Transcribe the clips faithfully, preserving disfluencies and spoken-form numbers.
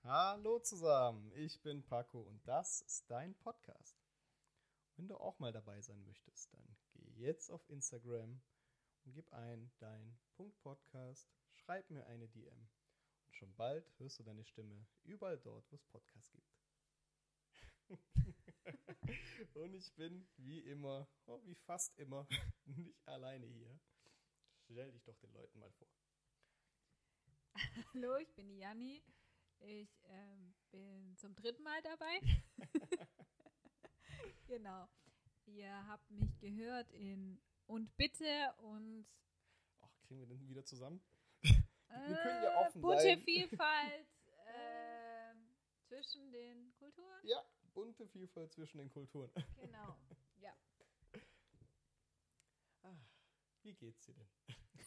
Hallo zusammen, ich bin Paco und das ist dein Podcast. Wenn du auch mal dabei sein möchtest, dann geh jetzt auf Instagram und gib ein dein Punkt-Podcast, schreib mir eine D M und schon bald hörst du deine Stimme überall dort, wo es Podcasts gibt. Und ich bin wie immer, oh, wie fast immer, nicht alleine hier. Stell dich doch den Leuten mal vor. Hallo, ich bin die Janni. Ich ähm, bin zum dritten Mal dabei. Genau. Ihr habt mich gehört in Und bitte und Ach, kriegen wir den wieder zusammen? äh, Wir können ja offen bunte sein. Vielfalt äh, zwischen den Kulturen. Ja, bunte Vielfalt zwischen den Kulturen. Genau, ja. Wie geht's dir denn?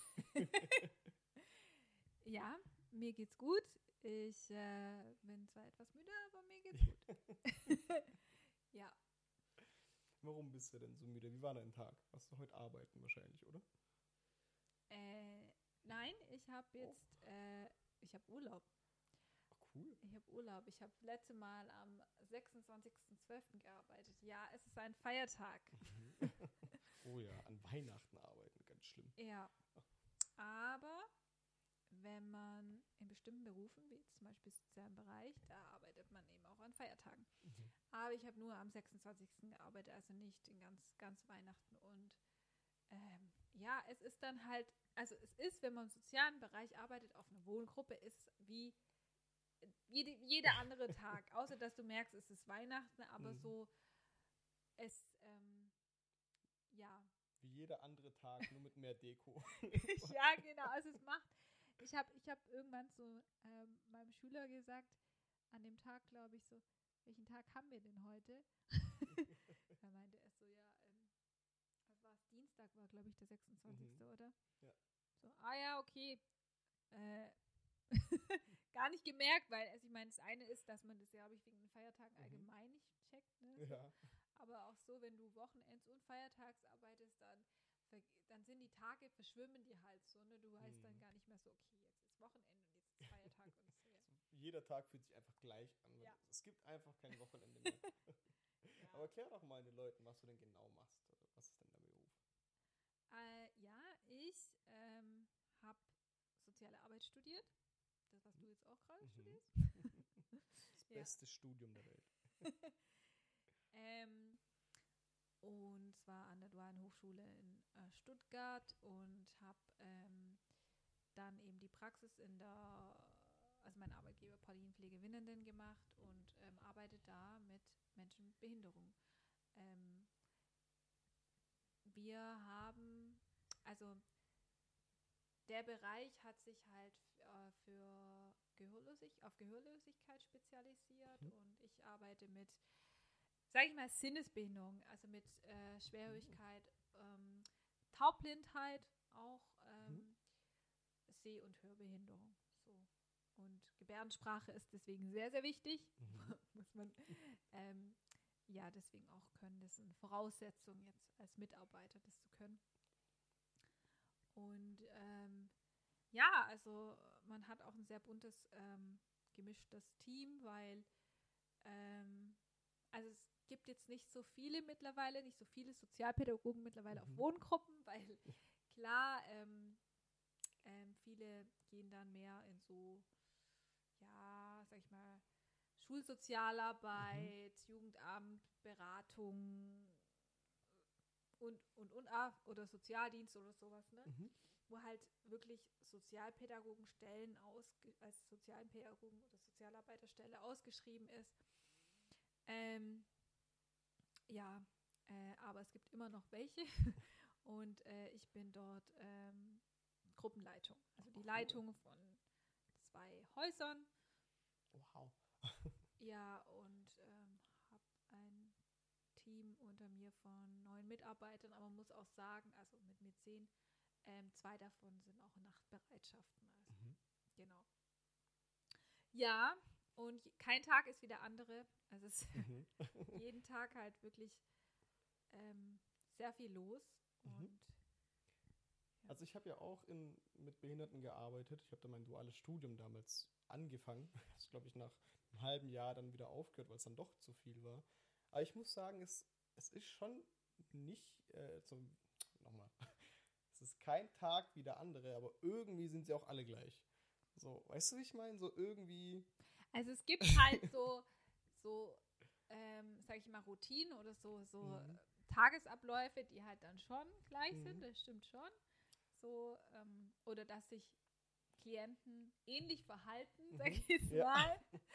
Ja, mir geht's gut. Ich äh, bin zwar etwas müde, aber mir geht's gut. Ja. Warum bist du denn so müde? Wie war dein Tag? Warst du heute arbeiten wahrscheinlich, oder? Äh, nein, ich habe jetzt, oh. äh, ich habe Urlaub. Oh, cool. Ich habe Urlaub. Ich habe letzte Mal am sechsundzwanzigsten zwölften gearbeitet. Ja, es ist ein Feiertag. Oh ja, an Weihnachten arbeiten, ganz schlimm. Ja, aber wenn man in bestimmten Berufen, wie zum Beispiel im sozialen Bereich, da arbeitet man eben auch an Feiertagen. Mhm. Aber ich habe nur am sechsundzwanzigsten gearbeitet, also nicht in ganz, ganz Weihnachten. Und ähm, ja, es ist dann halt, also es ist, wenn man im sozialen Bereich arbeitet, auf einer Wohngruppe, ist es wie jede, jeder andere Tag. Außer, dass du merkst, es ist Weihnachten, aber mhm. so, es, ähm, ja. Wie jeder andere Tag, nur mit mehr Deko. Ja, genau, also es macht, ich habe ich hab irgendwann so ähm, meinem Schüler gesagt, an dem Tag, glaube ich, so, welchen Tag haben wir denn heute? Da meinte er so, ja, ähm, was war es? Dienstag war, glaube ich, der sechsundzwanzigste Mhm. oder? Ja. So, ah ja, okay. Äh, gar nicht gemerkt, weil, also ich meine, das eine ist, dass man das ja, habe ich wegen den Feiertagen mhm. allgemein nicht checkt, ne? So. Ja. Aber auch so, wenn du Wochenends- und Feiertags arbeitest, dann dann sind die Tage, verschwimmen die halt so, ne? Du weißt hm. dann gar nicht mehr so, okay, jetzt ist Wochenende und jetzt ist Feiertag und so, ja. Also jeder Tag fühlt sich einfach gleich an. Ja. Es gibt einfach kein Wochenende mehr. Ja. Aber erklär doch mal den Leuten, was du denn genau machst. Oder was ist denn dein Beruf? Äh, ja, ich ähm, habe soziale Arbeit studiert. Das, was du jetzt auch gerade mhm. studierst. Das beste ja. Studium der Welt. ähm, Und zwar an der Dualen Hochschule in äh, Stuttgart und habe ähm, dann eben die Praxis in der, also mein Arbeitgeber Pauline Pflegewinnenden gemacht und ähm, arbeite da mit Menschen mit Behinderung. Ähm, wir haben, also der Bereich hat sich halt äh, für Gehörlosig, auf Gehörlosigkeit spezialisiert mhm. und ich arbeite mit sage ich mal, Sinnesbehinderung, also mit äh, Schwerhörigkeit, ähm, Taubblindheit, auch ähm, mhm. Seh- und Hörbehinderung. So. Und Gebärdensprache ist deswegen sehr, sehr wichtig. Mhm. Muss man, ähm, ja, deswegen auch können. Das ist eine Voraussetzung jetzt als Mitarbeiter, das zu können. Und ähm, ja, also man hat auch ein sehr buntes, ähm, gemischtes Team, weil ähm, also es gibt jetzt nicht so viele mittlerweile, nicht so viele Sozialpädagogen mittlerweile mhm. auf Wohngruppen, weil klar, ähm, ähm, viele gehen dann mehr in so, ja, sag ich mal, Schulsozialarbeit, mhm. Jugendamt, Beratung und, und, und, ah, oder Sozialdienst oder sowas, ne? Mhm. Wo halt wirklich Sozialpädagogenstellen aus, als Sozialpädagogen oder Sozialarbeiterstelle ausgeschrieben ist. Ähm, Ja, äh, aber es gibt immer noch welche und äh, ich bin dort ähm, Gruppenleitung, also die cool. Leitung von zwei Häusern. Wow. Ja, und ähm, habe ein Team unter mir von neun Mitarbeitern, aber man muss auch sagen, also mit mir zehn, ähm, zwei davon sind auch Nachtbereitschaften. Also, mhm. Genau. Ja, und kein Tag ist wie der andere. Also es ist mhm. jeden Tag halt wirklich ähm, sehr viel los. Und mhm. Also ich habe ja auch in, mit Behinderten gearbeitet. Ich habe da mein duales Studium damals angefangen. Das glaube ich nach einem halben Jahr dann wieder aufgehört, weil es dann doch zu viel war. Aber ich muss sagen, es, es ist schon nicht, äh, so, nochmal, es ist kein Tag wie der andere, aber irgendwie sind sie auch alle gleich. So, weißt du, wie ich meine? So irgendwie. Also es gibt halt so, so ähm, sag ich mal, Routinen oder so, so Mhm. Tagesabläufe, die halt dann schon gleich Mhm. sind, das stimmt schon. So, ähm, oder dass sich Klienten ähnlich verhalten, sag Mhm. ich jetzt Ja. mal.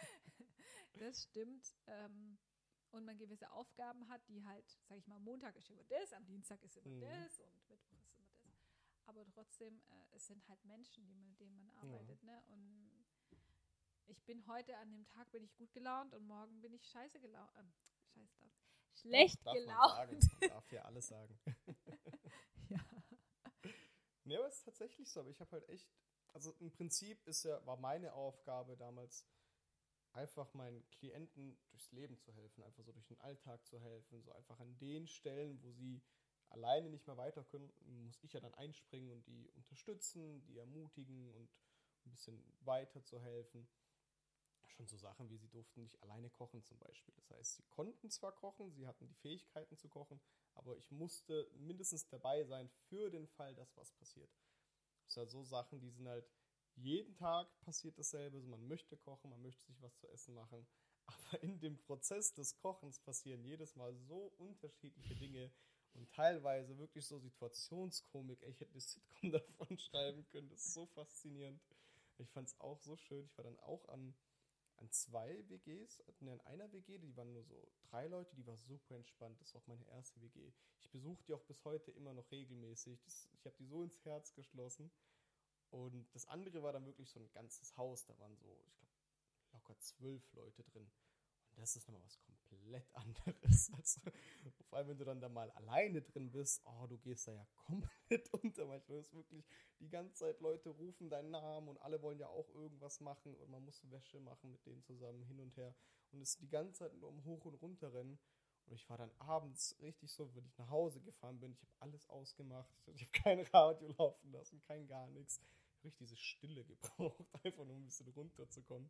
Das stimmt. Ähm, und man gewisse Aufgaben hat, die halt, sag ich mal, Montag ist immer das, am Dienstag ist immer Mhm. das und Mittwoch ist immer das. Aber trotzdem, äh, es sind halt Menschen, die man, mit denen man arbeitet, Ja. ne? Und ich bin heute an dem Tag bin ich gut gelaunt und morgen bin ich scheiße gelaunt. Ähm, scheiße gelaunt. Schlecht Doch, darf man gelaunt. sagen. Man darf ja alles sagen. Ja. Nee, aber es ist tatsächlich so. Aber ich habe halt echt, also im Prinzip ist ja, war meine Aufgabe damals, einfach meinen Klienten durchs Leben zu helfen, einfach so durch den Alltag zu helfen, so einfach an den Stellen, wo sie alleine nicht mehr weiter können, muss ich ja dann einspringen und die unterstützen, die ermutigen und ein bisschen weiter zu helfen. Schon so Sachen wie, sie durften nicht alleine kochen zum Beispiel. Das heißt, sie konnten zwar kochen, sie hatten die Fähigkeiten zu kochen, aber ich musste mindestens dabei sein für den Fall, dass was passiert. Das sind halt so Sachen, die sind halt jeden Tag passiert dasselbe. Also man möchte kochen, man möchte sich was zu essen machen. Aber in dem Prozess des Kochens passieren jedes Mal so unterschiedliche Dinge und teilweise wirklich so Situationskomik. Ich hätte eine Sitcom davon schreiben können. Das ist so faszinierend. Ich fand es auch so schön. Ich war dann auch an, an zwei W Gs, ne, in einer W G, die waren nur so drei Leute, die war super entspannt. Das war auch meine erste W G. Ich besuche die auch bis heute immer noch regelmäßig. Das, ich habe die so ins Herz geschlossen. Und das andere war dann wirklich so ein ganzes Haus. Da waren so, ich glaube, locker zwölf Leute drin. Und das ist nochmal was komplett anderes. Also, vor allem, wenn du dann da mal alleine drin bist, oh, du gehst da ja komplett unter. Manchmal ist wirklich die ganze Zeit, Leute rufen deinen Namen und alle wollen ja auch irgendwas machen und man muss Wäsche machen mit denen zusammen hin und her. Und es ist die ganze Zeit nur um Hoch- und Runterrennen. Und ich war dann abends richtig so, wenn ich nach Hause gefahren bin, ich habe alles ausgemacht. Ich habe kein Radio laufen lassen, kein gar nichts. Ich habe richtig diese Stille gebraucht, einfach nur ein bisschen runterzukommen.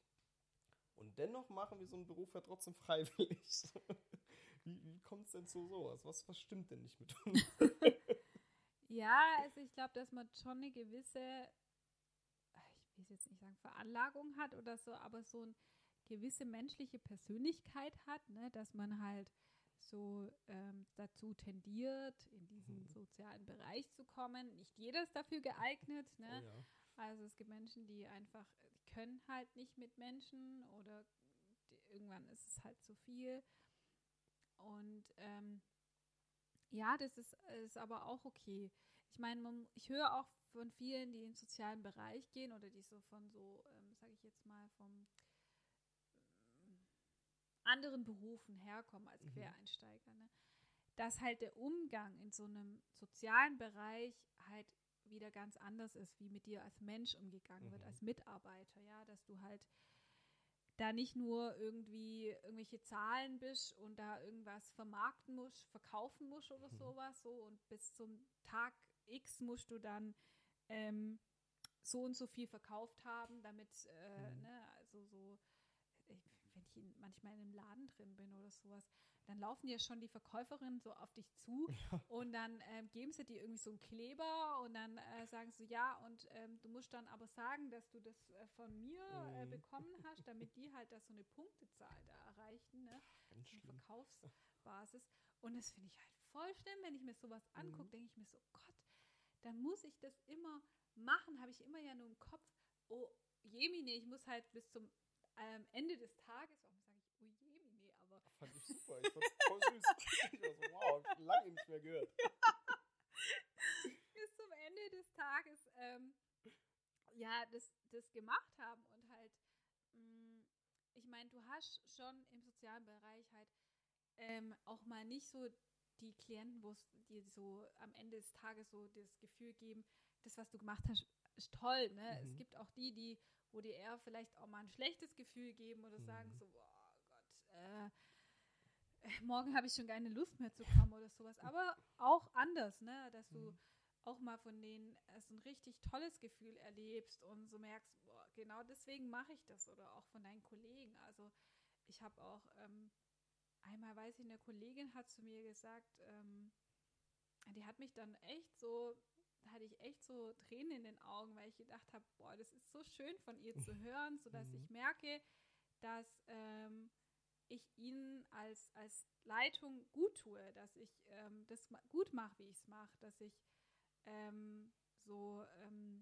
Und dennoch machen wir so einen Beruf ja trotzdem freiwillig. Wie, wie kommt es denn zu sowas? Was, was stimmt denn nicht mit uns? Ja, also ich glaube, dass man schon eine gewisse, ich will es jetzt nicht sagen, Veranlagung hat oder so, aber so eine gewisse menschliche Persönlichkeit hat, ne, dass man halt so ähm, dazu tendiert, in diesen Mhm. sozialen Bereich zu kommen. Nicht jeder ist dafür geeignet, Oh ne? ja. Also es gibt Menschen, die einfach die können halt nicht mit Menschen oder die, irgendwann ist es halt zu viel. Und ähm, ja, das ist, ist aber auch okay. Ich meine, ich höre auch von vielen, die in den sozialen Bereich gehen oder die so von so, ähm, sage ich jetzt mal, vom ähm, anderen Berufen herkommen als Mhm. Quereinsteiger, ne? Dass halt der Umgang in so einem sozialen Bereich halt wieder ganz anders ist, wie mit dir als Mensch umgegangen wird, Mhm. als Mitarbeiter, ja, dass du halt da nicht nur irgendwie irgendwelche Zahlen bist und da irgendwas vermarkten musst, verkaufen musst oder Mhm. sowas, so und bis zum Tag X musst du dann ähm, so und so viel verkauft haben, damit, äh, Mhm. ne, also so, ich, wenn ich in, manchmal in einem Laden drin bin oder sowas, dann laufen ja schon die Verkäuferinnen so auf dich zu Ja. und dann ähm, geben sie dir irgendwie so einen Kleber und dann äh, sagen sie, ja, und ähm, du musst dann aber sagen, dass du das äh, von mir äh, Mhm. bekommen hast, damit die halt da so eine Punktezahl da erreichen, ne? Ganz So eine schlimm. Verkaufsbasis. Und das finde ich halt voll schlimm, wenn ich mir sowas angucke, Mhm. denke ich mir so, Gott, dann muss ich das immer machen, habe ich immer ja nur im Kopf, oh, Jemine, ich muss halt bis zum ähm, Ende des Tages, warum sage ich, oh Jemine, aber Fand ich super. Ich fand's voll süß. Ich war so, wow, hab ich lange nicht mehr gehört. bis zum Ende des Tages ähm, ja, das, das gemacht haben und halt, mh, ich meine, du hast schon im sozialen Bereich halt ähm, auch mal nicht so die Klienten, wo es dir so am Ende des Tages so das Gefühl geben, das, was du gemacht hast, ist toll, ne? Es Mhm. gibt auch die, die, wo dir eher vielleicht auch mal ein schlechtes Gefühl geben oder sagen Mhm. so, boah Gott, äh, morgen habe ich schon keine Lust mehr zu kommen oder sowas. Aber auch anders, ne? Dass du Mhm. auch mal von denen äh, so ein richtig tolles Gefühl erlebst und so merkst, boah, genau deswegen mache ich das. Oder auch von deinen Kollegen. Also ich habe auch, ähm, einmal weiß ich, eine Kollegin hat zu mir gesagt, ähm, die hat mich dann echt so, da hatte ich echt so Tränen in den Augen, weil ich gedacht habe, boah, das ist so schön von ihr zu hören, sodass Mhm. ich merke, dass ähm, ich ihnen als, als Leitung gut tue, dass ich ähm, das ma- gut mache, wie ich es mache, dass ich ähm, so ähm,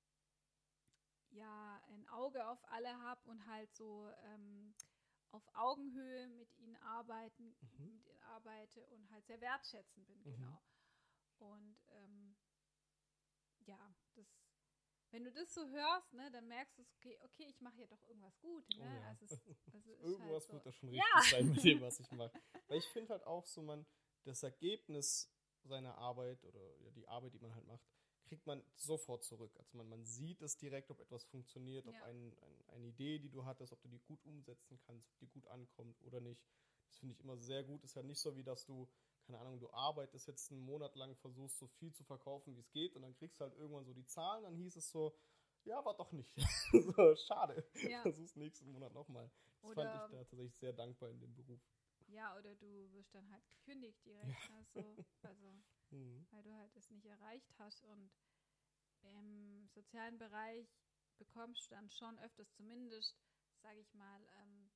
ja ein Auge auf alle habe und halt so ähm, auf Augenhöhe mit ihnen arbeiten, Mhm. mit ihnen arbeite und halt sehr wertschätzend bin, Mhm. genau. Und ähm, ja, das, wenn du das so hörst, ne, dann merkst du, okay, okay, ich mache hier doch irgendwas gut, Oh ne? ja. Also es, also ist halt Irgendwas so. wird da schon Ja. richtig sein mit dem, was ich mache. Weil ich finde halt auch so, man, das Ergebnis seiner Arbeit oder ja, die Arbeit, die man halt macht, kriegt man sofort zurück. Also man, man sieht es direkt, ob etwas funktioniert, ob Ja. ein, ein, eine Idee, die du hattest, ob du die gut umsetzen kannst, ob die gut ankommt oder nicht. Das finde ich immer sehr gut. Ist ja nicht so, wie dass du, keine Ahnung, du arbeitest jetzt einen Monat lang, versuchst so viel zu verkaufen, wie es geht und dann kriegst du halt irgendwann so die Zahlen, dann hieß es so, ja, war doch nicht. So, schade. Ja. Versuch's nächsten Monat nochmal. Das fand ich Oder da tatsächlich sehr dankbar in dem Beruf. ja, oder du wirst dann halt gekündigt Ja. direkt, ne? So, also Mhm. weil du halt es nicht erreicht hast und im sozialen Bereich bekommst du dann schon öfters zumindest, sage ich mal, ähm,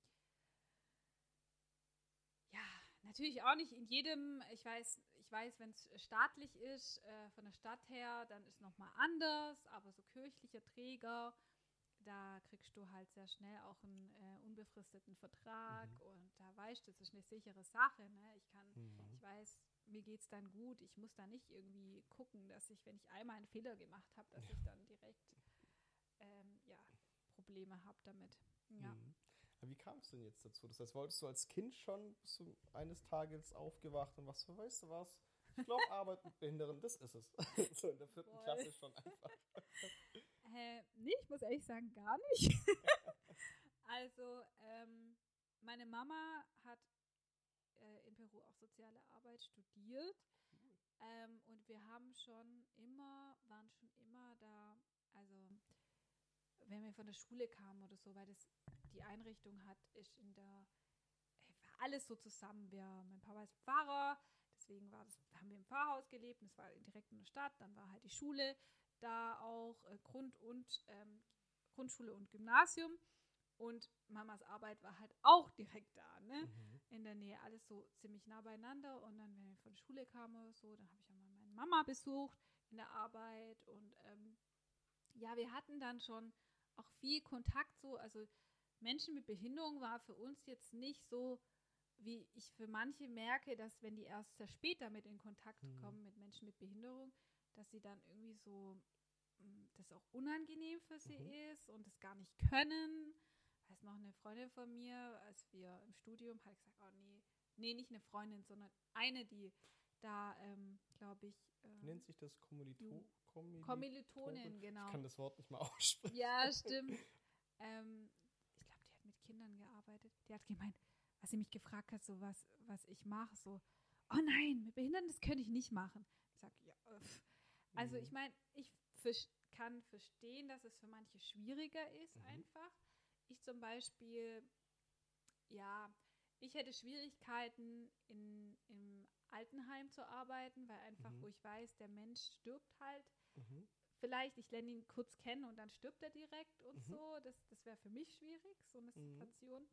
ja, natürlich auch nicht in jedem, ich weiß, ich weiß, wenn es staatlich ist, äh, von der Stadt her, dann ist nochmal anders, aber so kirchlicher Träger, da kriegst du halt sehr schnell auch einen äh, unbefristeten Vertrag Mhm. und da weißt du, das ist eine sichere Sache, ne? Ich kann, Mhm. ich weiß, mir geht es dann gut, ich muss da nicht irgendwie gucken, dass ich, wenn ich einmal einen Fehler gemacht habe, dass ich dann direkt ähm, ja, Probleme habe damit. Ja. Mhm. Aber wie kam es denn jetzt dazu? Das heißt, wolltest du als Kind schon, bist du eines Tages aufgewacht und was, weißt du was? Ich glaube, Arbeit mit Behinderten, das ist es. So in der vierten Voll. Klasse schon einfach. Äh, nee, ich muss ehrlich sagen, gar nicht. Also, ähm, meine Mama hat äh, in Peru auch soziale Arbeit studiert. Cool. Ähm, und wir haben schon immer, waren schon immer da, also wenn wir von der Schule kamen oder so, weil das die Einrichtung hat, ist in der, ey, war alles so zusammen. Wir, mein Papa ist Pfarrer, deswegen war das, haben wir im Pfarrhaus gelebt, und das war direkt in der Stadt, dann war halt die Schule da auch, äh, Grund- und ähm, Grundschule und Gymnasium. Und Mamas Arbeit war halt auch direkt da, ne? Mhm. In der Nähe, alles so ziemlich nah beieinander. Und dann, wenn wir von der Schule kamen oder so, dann habe ich auch mal meine Mama besucht in der Arbeit. Und ähm, ja, wir hatten dann schon auch viel Kontakt so. Also Menschen mit Behinderung war für uns jetzt nicht so, wie ich für manche merke, dass wenn die erst sehr spät damit in Kontakt Mhm. kommen mit Menschen mit Behinderung, dass sie dann irgendwie so, mh, das auch unangenehm für sie Mhm. ist und das gar nicht können. Weiß noch, eine Freundin von mir, als wir im Studium, hat gesagt, oh nee, nee, nicht eine Freundin, sondern eine, die da, ähm, glaube ich, Wie äh, nennt sich das? Kommilito Kommilitonin? Kommilitonin, Ich genau. kann das Wort nicht mal aussprechen. Ja, stimmt. Ähm, ich glaube, die hat mit Kindern gearbeitet. Die hat gemeint, als sie mich gefragt hat, so was, was ich mache, so, oh nein, mit Behinderten, das könnte ich nicht machen. Ich sage, ja, pff. Also ich Mhm. meine, ich vers- kann verstehen, dass es für manche schwieriger ist Mhm. einfach. Ich zum Beispiel, ja, ich hätte Schwierigkeiten, in, im Altenheim zu arbeiten, weil einfach, Mhm. wo ich weiß, der Mensch stirbt halt. Mhm. Vielleicht, ich lerne ihn kurz kennen und dann stirbt er direkt und Mhm. so. Das, das wäre für mich schwierig, so eine Mhm. Situation.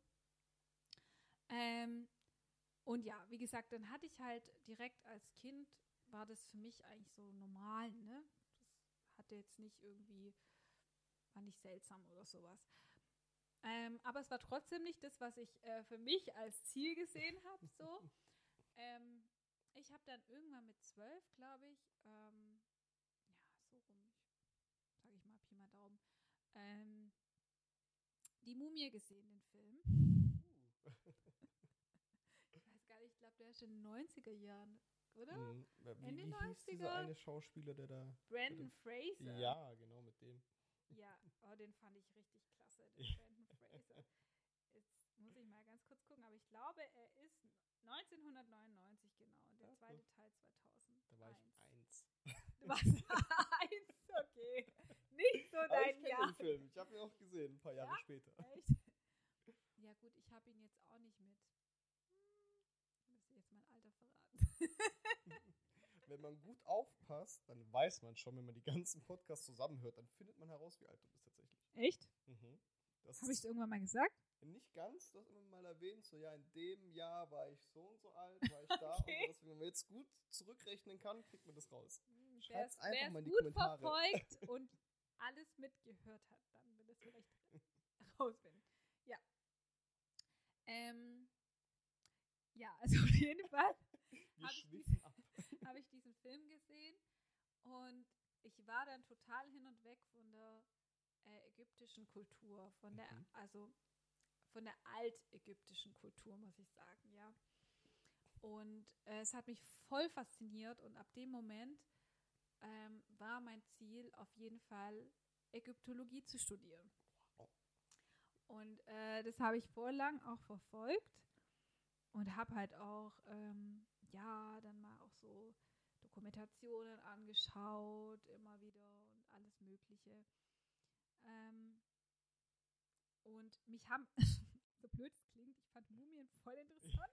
Ähm, und ja, wie gesagt, dann hatte ich halt direkt als Kind, war das für mich eigentlich so normal, ne? Das hatte jetzt nicht irgendwie, war nicht seltsam oder sowas. Ähm, aber es war trotzdem nicht das, was ich äh, für mich als Ziel gesehen habe, so. Ähm, ich habe dann irgendwann mit zwölf, glaube ich, ähm, ja, so rum, sage ich mal, Pi mal Daumen, ähm, die Mumie gesehen, den Film. Uh. Ich weiß gar nicht, ich glaube, der ist in den neunziger Jahren, oder? Mhm. Wie, Ende wie hieß dieser neunziger. eine Schauspieler, der da. bei Brandon dem- Fraser. Ja, genau mit dem. Ja, oh, den fand ich richtig klasse, den Ja. Brandon Fraser. Jetzt muss ich mal ganz kurz gucken, aber ich glaube, er ist neunzehnhundertneunundneunzig, genau. Und der Also, zweite Teil da war ich zweitausendeins. eins. Du warst eins, okay. Nicht so Aber dein ich kenne Jahr. den Film. Ich habe ihn auch gesehen, ein paar Jahre Ja? später. Echt? Ja gut, ich habe ihn jetzt auch nicht mit. Hm, muss ich jetzt mein Alter verraten. Wenn man gut aufpasst, dann weiß man schon, wenn man die ganzen Podcasts zusammenhört, dann findet man heraus, wie alt du bist tatsächlich. Echt? Mhm. Das Habe ich ist es irgendwann mal gesagt? nicht ganz, das immer mal erwähnt, so ja, in dem Jahr war ich so und so alt, war ich da Okay. und so. Deswegen, wenn man jetzt gut zurückrechnen kann, kriegt man das raus. Wer Schreibt's es einfach mal in die gut Kommentare. verfolgt und alles mitgehört hat, dann wird es vielleicht rausfinden. Ja. Ähm, ja, also auf jeden Fall Wir habe ich, schwiffen diesen- ab. habe ich diesen Film gesehen und ich war dann total hin und weg von der äh, ägyptischen Kultur, von der, Mhm. also von der altägyptischen Kultur, muss ich sagen, ja. Und äh, es hat mich voll fasziniert und ab dem Moment ähm, war mein Ziel auf jeden Fall Ägyptologie zu studieren. Wow. Und äh, das habe ich vorlang auch verfolgt und habe halt auch, ähm, ja, dann mal auch so Dokumentationen angeschaut, immer wieder und alles Mögliche. Ähm, und mich haben, so blöd es klingt, ich fand Mumien voll interessant,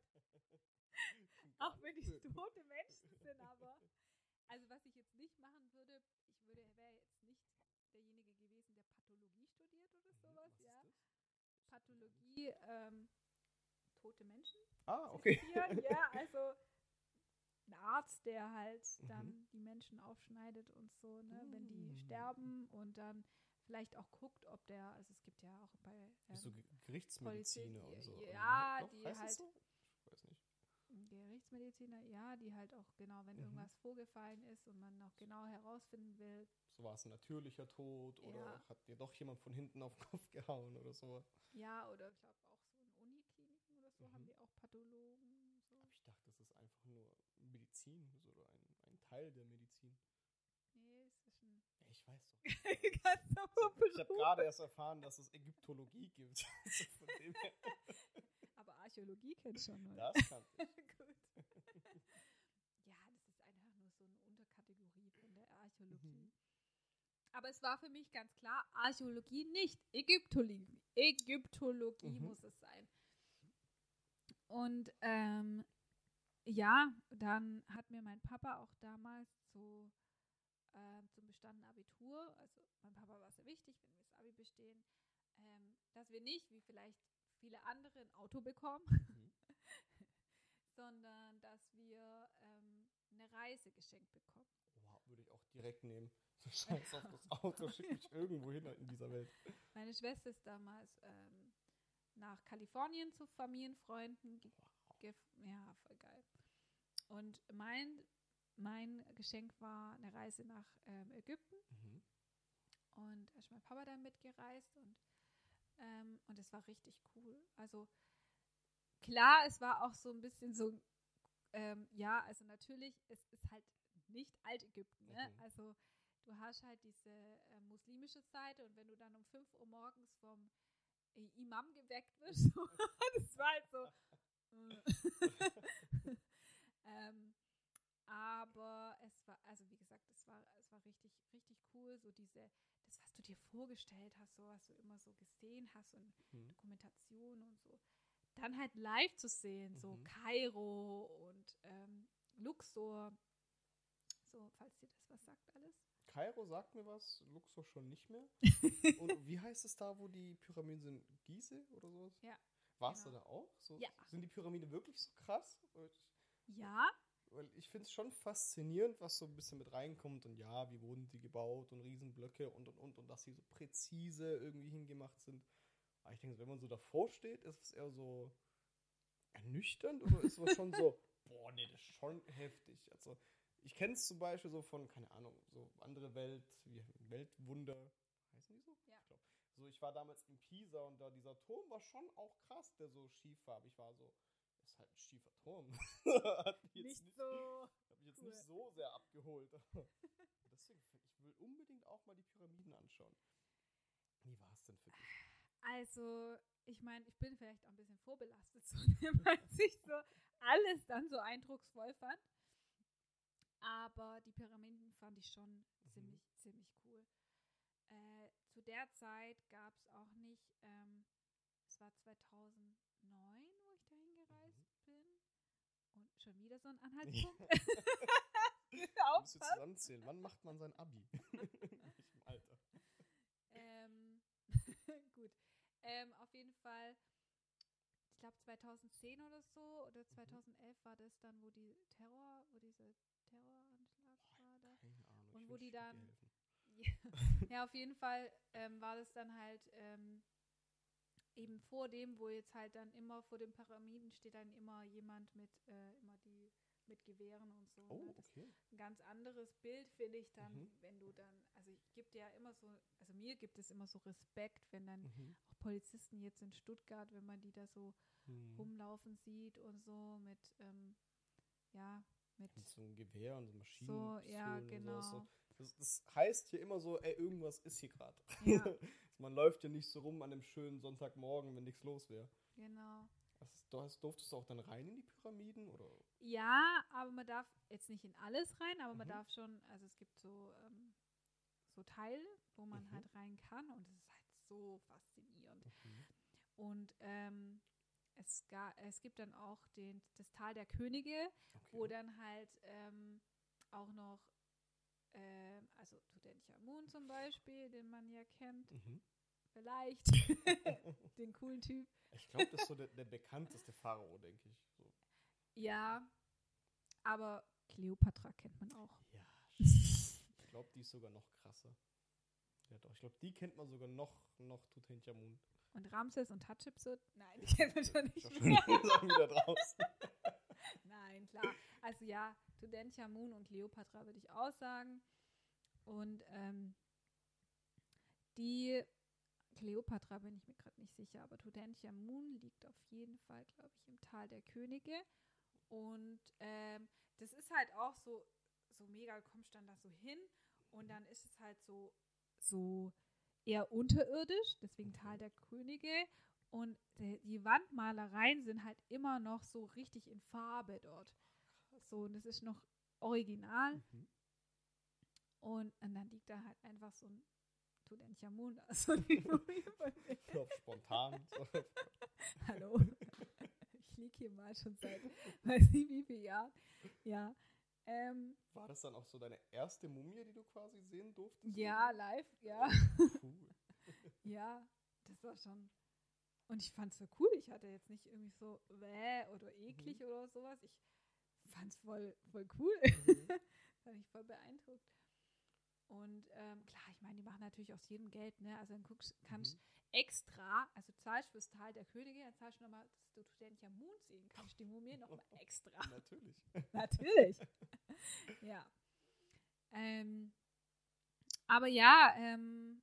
auch wenn die tote Menschen sind, aber also was ich jetzt nicht machen würde, ich würde, wäre jetzt nicht derjenige gewesen, der Pathologie studiert oder sowas, Was ja. ist das? Pathologie, ähm, tote Menschen Ah, okay. sezieren, ja, also ein Arzt, der halt Mhm. dann die Menschen aufschneidet und so, ne, wenn die Mm. sterben und dann vielleicht auch guckt, ob der, also es gibt ja auch bei Wie so ähm, Ge- Gerichtsmediziner Polizi- und so. ja, Doch, die heißt halt- es so? Ich weiß nicht. Gerichtsmediziner, ja, die halt auch genau, wenn Mhm. irgendwas vorgefallen ist und man noch genau herausfinden will, So war es ein natürlicher Tod oder Ja. hat dir doch jemand von hinten auf den Kopf gehauen oder so. ja, oder ich glaube auch so in Unikliniken oder so Mhm. haben die auch Pathologen. So. Aber ich dachte, das ist einfach nur Medizin so oder ein, ein Teil der Medizin. Nee, es ist ein Ja, ich weiß doch. ganzer Ich habe gerade erst erfahren, dass es Ägyptologie gibt. Also von dem her, Aber Archäologie kennst du schon, oder? das kannte ich. Gut. Ja, das ist einfach nur so eine Unterkategorie von der Archäologie. Mhm. Aber es war für mich ganz klar, Archäologie nicht, Ägyptologie. Ägyptologie Mhm. muss es sein. Und ähm, ja, dann hat mir mein Papa auch damals so ähm, zum bestandenen Abitur, also mein Papa war sehr wichtig, wenn wir das Abi bestehen, ähm, dass wir nicht, wie vielleicht viele andere, ein Auto bekommen, Mhm. sondern dass wir ähm, eine Reise geschenkt bekommen. Wow, würde ich auch direkt nehmen. So scheiß auf das Auto, schick mich irgendwo hin in dieser Welt. Meine Schwester ist damals ähm, nach Kalifornien zu Familienfreunden. ge- Wow. gef- Ja, voll geil. Und mein, mein Geschenk war eine Reise nach ähm, Ägypten. Mhm. Und da ist mein Papa dann mitgereist und ähm, und es war richtig cool. Also klar, es war auch so ein bisschen so, ähm, ja, also natürlich, es ist halt nicht Altägypten, ne? Mhm. Also du hast halt diese äh, muslimische Seite und wenn du dann um fünf Uhr morgens vom äh, Imam geweckt wirst, das war halt so. äh. ähm, aber es war, also wie gesagt, es war, es war richtig, richtig cool, so diese, das, was du dir vorgestellt hast, so was du immer so gesehen hast und Mhm. Dokumentation und so, dann halt live zu sehen, so Mhm. Kairo und ähm, Luxor, so, falls dir das was sagt alles. Kairo sagt mir was, Luxor schon nicht mehr. Und wie heißt es da, wo die Pyramiden sind? Gizeh oder sowas? Ja, Warst genau. du da auch? So, Ja. Sind die Pyramiden wirklich so krass? Weil ich- Ja, Weil ich finde es schon faszinierend, was so ein bisschen mit reinkommt. Und ja, wie wurden die gebaut und Riesenblöcke und und und und dass sie so präzise irgendwie hingemacht sind. Aber ich denke, wenn man so davor steht, ist es eher so ernüchternd oder ist es schon so, boah, nee, das ist schon heftig. Also ich kenne es zum Beispiel so von, keine Ahnung, so andere Welt, wie Weltwunder, heißen die so? Ja. Ich glaube. So, ich war damals in Pisa und da dieser Turm war schon auch krass, der so schief war. Aber ich war so, ist halt ein schiefer Turm. Hat mich jetzt nicht so. Hat mich jetzt Cool. nicht so sehr abgeholt. Deswegen, ich will unbedingt auch mal die Pyramiden anschauen. Wie war es denn für dich? Also, ich meine, ich bin vielleicht auch ein bisschen vorbelastet, so, weil ich so alles dann so eindrucksvoll fand. Aber die Pyramiden fand ich schon Mhm. ziemlich, ziemlich cool. Äh, zu der Zeit gab es auch nicht, ähm, es war zweitausendneun, wo ich dahin gereist bin. Und schon wieder so ein Anhaltspunkt. Du musst jetzt Aufpassen. zusammenzählen. Wann macht man sein Abi? In welchem Alter? Ähm, gut. Ähm, auf jeden Fall, ich glaube zweitausendzehn oder so oder zweitausendelf war das dann, wo die Terror, wo dieser Terroranschlag war da. Keine Ahnung. Und ich wo wünschte, die ich könnte dann, dir helfen. ja, auf jeden Fall ähm, war das dann halt ähm, eben vor dem, wo jetzt halt dann immer vor den Pyramiden steht dann immer jemand mit, äh, immer die mit Gewehren und so. Oh, Ne? Das okay. ist ein ganz anderes Bild, finde ich dann, Mhm. wenn du dann, also ich gibt ja immer so, also mir gibt es immer so Respekt, wenn dann Mhm. auch Polizisten jetzt in Stuttgart, wenn man die da so Mhm. rumlaufen sieht und so mit, ähm, ja, mit Mit so einem Gewehr und so so, Maschinenpistolen ja, und sowas. So. genau. Das, das heißt hier immer so, ey, irgendwas ist hier gerade. Ja. Man läuft ja nicht so rum an einem schönen Sonntagmorgen, wenn nichts los wäre. Genau. Also, durftest du auch dann rein in die Pyramiden? Oder? Ja, aber man darf jetzt nicht in alles rein, aber man Mhm. darf schon, also es gibt so, ähm, so Teile, wo man Mhm. halt rein kann und es ist halt so faszinierend. Mhm. Und ähm, es, ga, es gibt dann auch den, das Tal der Könige, wo Okay. dann halt ähm, auch noch, ähm, also Tutanchamun zum Beispiel, den man ja kennt, Mhm. vielleicht, den coolen Typ. Ich glaube, das ist so der, der bekannteste Pharao, denke ich. So. Ja, aber Kleopatra kennt man auch. Ja, ich glaube, die ist sogar noch krasser. Ja, doch. Ich glaube, die kennt man sogar noch, noch Tutanchamun. Und Ramses und Hatschepsut? Nein, die kennt man schon Ich nicht war schon mehr. langsam wieder draußen. Nein, klar. Also ja, Tutanchamun und Kleopatra würde ich auch sagen. Und ähm, die Kleopatra bin ich mir gerade nicht sicher, aber Tutanchamun liegt auf jeden Fall, glaube ich, im Tal der Könige. Und ähm, das ist halt auch so, so mega, du kommst dann da so hin und dann ist es halt so, so eher unterirdisch, deswegen Mhm. Tal der Könige. Und die, die Wandmalereien sind halt immer noch so richtig in Farbe dort. So, und das ist noch original. Mhm. Und, und dann liegt da halt einfach so ein Tutanchamun da. So die Mumie von dem. Klopf spontan. So. Hallo. Ich liege hier mal schon seit weiß nicht wie vielen Jahren. Ja. Ähm, War das dann auch so deine erste Mumie, die du quasi sehen durftest? ja, live, ja. Cool. Ja, das war schon. Und ich fand's so cool. Ich hatte jetzt nicht irgendwie so wäh oder eklig Mhm. oder sowas. Ich fand's voll, voll cool. Mhm. Das hat mich voll beeindruckt. Und ähm, klar, ich meine, die machen natürlich aus jedem Geld, ne? Also dann guckst, kannst Mhm. extra, also zahlst fürs Tal der Könige, dann zahlst du nochmal, dass du Tutanchamun sehen kannst, die Mumie nochmal extra. Natürlich. Natürlich. Ja. Ähm, aber ja, ähm,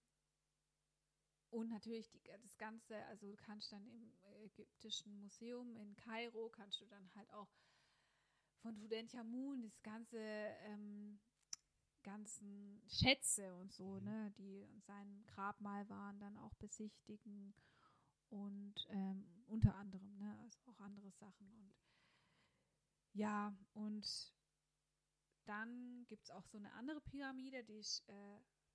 und natürlich die, das Ganze, also du kannst dann im Ägyptischen Museum in Kairo, kannst du dann halt auch von Tutanchamun das ganze, ähm, ganzen Schätze und so, Mhm. ne, die in seinem Grabmal waren, dann auch besichtigen und ähm, unter anderem, ne, also auch andere Sachen und ja, und dann gibt es auch so eine andere Pyramide, die ist, äh,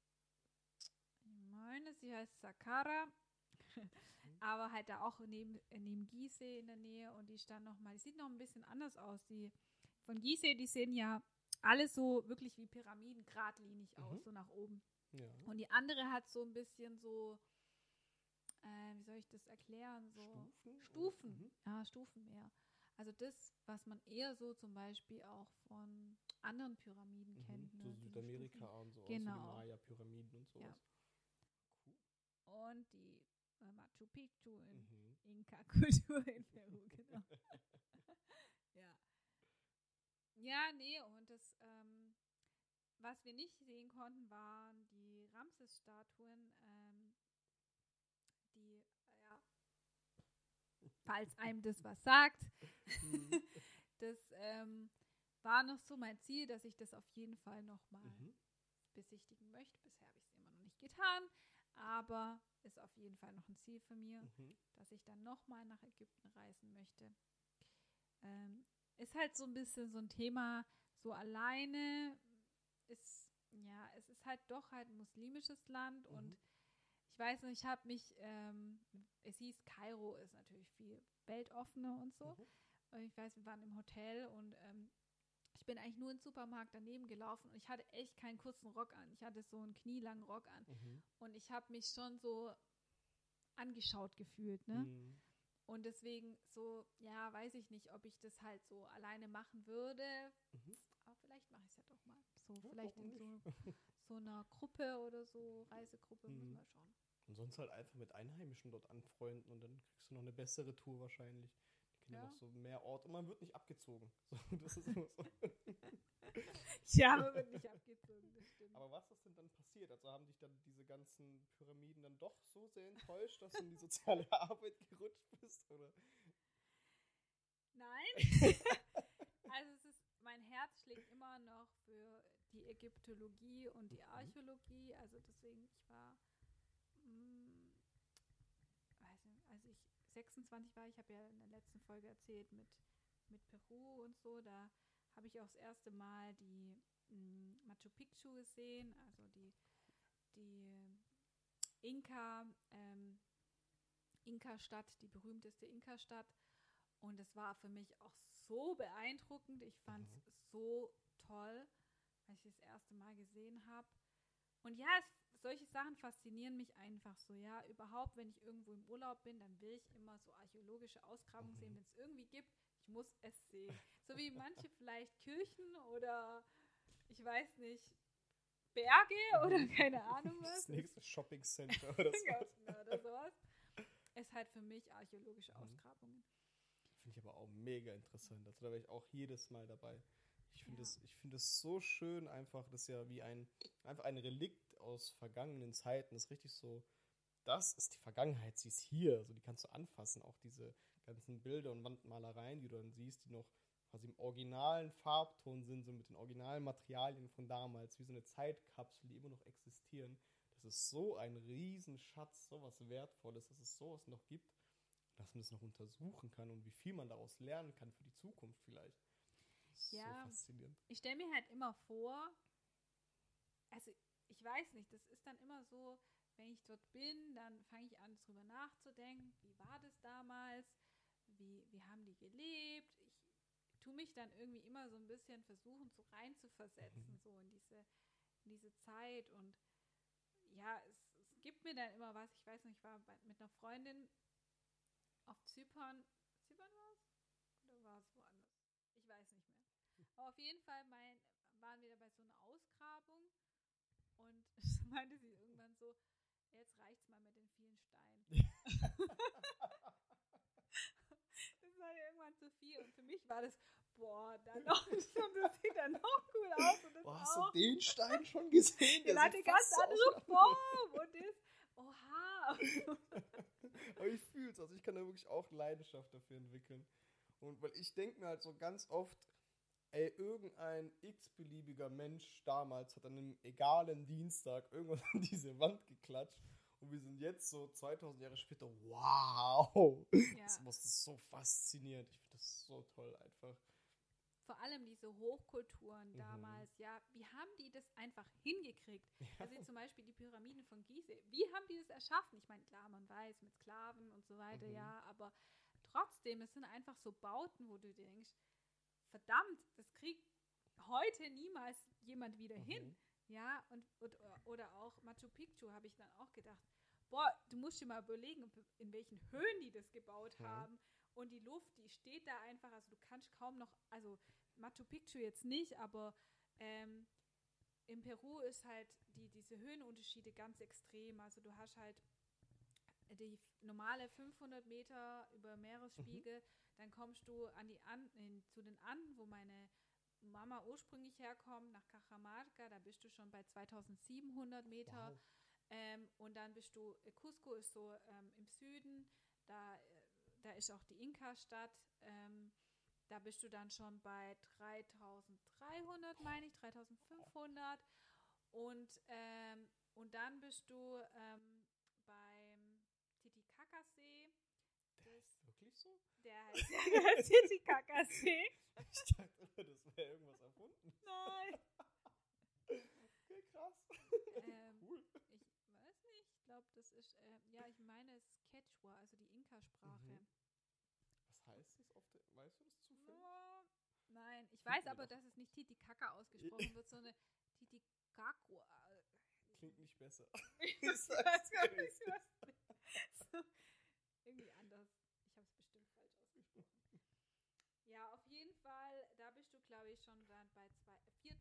ich meine, sie heißt Saqqara, aber halt da auch neben, neben Gizeh in der Nähe und die stand noch mal, die sieht noch ein bisschen anders aus. Die von Gizeh, die sehen ja alle so wirklich wie Pyramiden geradlinig aus, Mhm. so nach oben. Ja. Und die andere hat so ein bisschen so, äh, wie soll ich das erklären, so Stufen? Stufen, Mhm. ja, Stufen mehr. Also das, was man eher so zum Beispiel auch von anderen Pyramiden Mhm. kennt. So Ne? Diese Südamerika Stufen. und so, auch so Genau. die Maya-Pyramiden und sowas. Ja. Cool. Und die äh, Machu Picchu in Mhm. Inka-Kultur in Peru, genau. Ja. Ja, nee, und das, ähm, was wir nicht sehen konnten, waren die Ramses-Statuen, ähm, die, äh, ja, falls einem das was sagt, Mhm. das ähm, war noch so mein Ziel, dass ich das auf jeden Fall nochmal Mhm. besichtigen möchte. Bisher habe ich es immer noch nicht getan, aber ist auf jeden Fall noch ein Ziel für mir, Mhm. dass ich dann nochmal nach Ägypten reisen möchte. Ähm, ist halt so ein bisschen so ein Thema, so alleine ist, ja, es ist halt doch halt ein muslimisches Land Mhm. und ich weiß nicht, ich habe mich, ähm, es hieß, Kairo ist natürlich viel weltoffener und so. Mhm. Und ich weiß, wir waren im Hotel und ähm, ich bin eigentlich nur in den Supermarkt daneben gelaufen und ich hatte echt keinen kurzen Rock an. Ich hatte so einen knielangen Rock an. Mhm. Und ich habe mich schon so angeschaut gefühlt, ne? Mhm. Und deswegen so, ja, weiß ich nicht, ob ich das halt so alleine machen würde. Mhm. Aber vielleicht mache ich es ja doch mal. So, Ja, vielleicht warum in so, nicht? so einer Gruppe oder so, Reisegruppe, muss Mhm. man schauen. Und sonst halt einfach mit Einheimischen dort anfreunden und dann kriegst du noch eine bessere Tour wahrscheinlich. Die kennen ja Ja. noch so mehr Ort und man wird nicht abgezogen. So, das ist immer so. Ja, man wird nicht abgezogen, das stimmt. Aber was ist denn dann passiert? Also haben dich dann diese ganzen Pyramiden dann doch so sehr enttäuscht, dass du in die soziale Arbeit gerutscht bist? Oder? Nein. Also es ist, mein Herz schlägt immer noch für die Ägyptologie und die Archäologie. Also deswegen, ich war, mh, weiß nicht, als ich sechsundzwanzig war, ich habe ja in der letzten Folge erzählt mit, mit Peru und so, da habe ich auch das erste Mal die mh, Machu Picchu gesehen, also die, die Inka, ähm, Inka-Stadt, die berühmteste Inka-Stadt. Und es war für mich auch so beeindruckend. Ich fand es Mhm. so toll, als ich das erste Mal gesehen habe. Und ja, es, solche Sachen faszinieren mich einfach so. Ja, überhaupt, wenn ich irgendwo im Urlaub bin, dann will ich immer so archäologische Ausgrabungen sehen, Mhm. wenn es irgendwie gibt. Ich muss es sehen. So wie manche vielleicht Kirchen oder ich weiß nicht, Berge oder keine Ahnung was. Das nächste Shopping Center oder so. Ja, oder sowas. Es halt für mich archäologische Mhm. Ausgrabungen. Finde ich aber auch mega interessant. Also da wäre ich auch jedes Mal dabei. Ich finde Ja. es ich finde es so schön einfach, das ist ja wie ein, einfach ein Relikt aus vergangenen Zeiten. Das ist richtig so, das ist die Vergangenheit, sie ist hier. Also die kannst du anfassen. Auch diese ganzen Bilder und Wandmalereien, die du dann siehst, die noch quasi im originalen Farbton sind, so mit den originalen Materialien von damals, wie so eine Zeitkapsel, die immer noch existieren. Das ist so ein Riesenschatz, so was Wertvolles, dass es sowas noch gibt, dass man das noch untersuchen kann und wie viel man daraus lernen kann für die Zukunft vielleicht. Das ist Ja. so faszinierend. Ich stelle mir halt immer vor, also ich weiß nicht, das ist dann immer so, wenn ich dort bin, dann fange ich an, drüber nachzudenken, wie war das damals, wie, wie haben die gelebt. Ich tue mich dann irgendwie immer so ein bisschen versuchen, so reinzuversetzen, Mhm. so in diese, in diese Zeit. Und ja, es, es gibt mir dann immer was. Ich weiß nicht, ich war bei, mit einer Freundin auf Zypern. Zypern war es? Oder war es woanders? Ich weiß nicht mehr. Aber auf jeden Fall mein, waren wir da bei so einer Ausgrabung und meinte sie irgendwann so, jetzt reicht's mal mit den vielen Steinen. Das war ja irgendwann zu viel und für mich war das, boah, dann noch, und das sieht dann noch cool aus und das Boah, hast du auch. den Stein schon gesehen? Der Der hat eine sieht ganz fast so aus andere wie- Form und das, oha. Aber ich fühle es, also ich kann da wirklich auch Leidenschaft dafür entwickeln. Und weil ich denke mir halt so ganz oft, ey, irgendein x-beliebiger Mensch damals hat an einem egalen Dienstag irgendwas an diese Wand geklatscht und wir sind jetzt so zweitausend Jahre später, wow, Ja. das, das ist so faszinierend, ich finde das so toll einfach. Vor allem diese Hochkulturen Mhm. damals, ja, wie haben die das einfach hingekriegt? Also zum Beispiel die Pyramiden von Gizeh, wie haben die das erschaffen? Ich meine, klar, man weiß, mit Sklaven und so weiter, Mhm. ja, aber trotzdem, es sind einfach so Bauten, wo du denkst, verdammt, das kriegt heute niemals jemand wieder hin. Mhm. Ja, und, und oder auch Machu Picchu habe ich dann auch gedacht, boah, du musst dir mal überlegen, in welchen Höhen die das gebaut Mhm. haben. Und die Luft, die steht da einfach, also du kannst kaum noch, also Machu Picchu jetzt nicht, aber ähm, in Peru ist halt die, diese Höhenunterschiede ganz extrem. Also du hast halt die normale fünfhundert Meter über Meeresspiegel, mhm. dann kommst du an die an, in, zu den Anden, wo meine Mama ursprünglich herkommt, nach Cajamarca, da bist du schon bei zweitausendsiebenhundert Meter. Wow. Ähm, und dann bist du, Cusco ist so ähm, im Süden, da, da ist auch die Inka-Stadt, ähm, da bist du dann schon bei dreitausenddreihundert, meine ich, dreitausendfünfhundert. Und, ähm, und dann bist du ähm, beim Titicacasee. Der heißt wirklich so? Der heißt Titicacasee. Ich dachte immer, das wäre irgendwas erfunden. Nein. Okay, krass. Ähm, Cool. Ich weiß nicht, ich glaube, das ist, äh, ja, ich meine, es ist Quechua, also die Inka-Sprache. Mhm. Was heißt das auf der, weißt du das zufällig? No, nein, ich Finden weiß wir aber, doch dass es nicht Titicaca ausgesprochen wird, sondern Titicacua. Klingt nicht besser. Ich Ich weiß sag's gar dir, wie nicht, es was ist. so, irgendwie anders. Ich habe es bestimmt falsch ausgesprochen. Ja, auf jeden Fall, da bist du, glaube ich, schon dann bei zwei,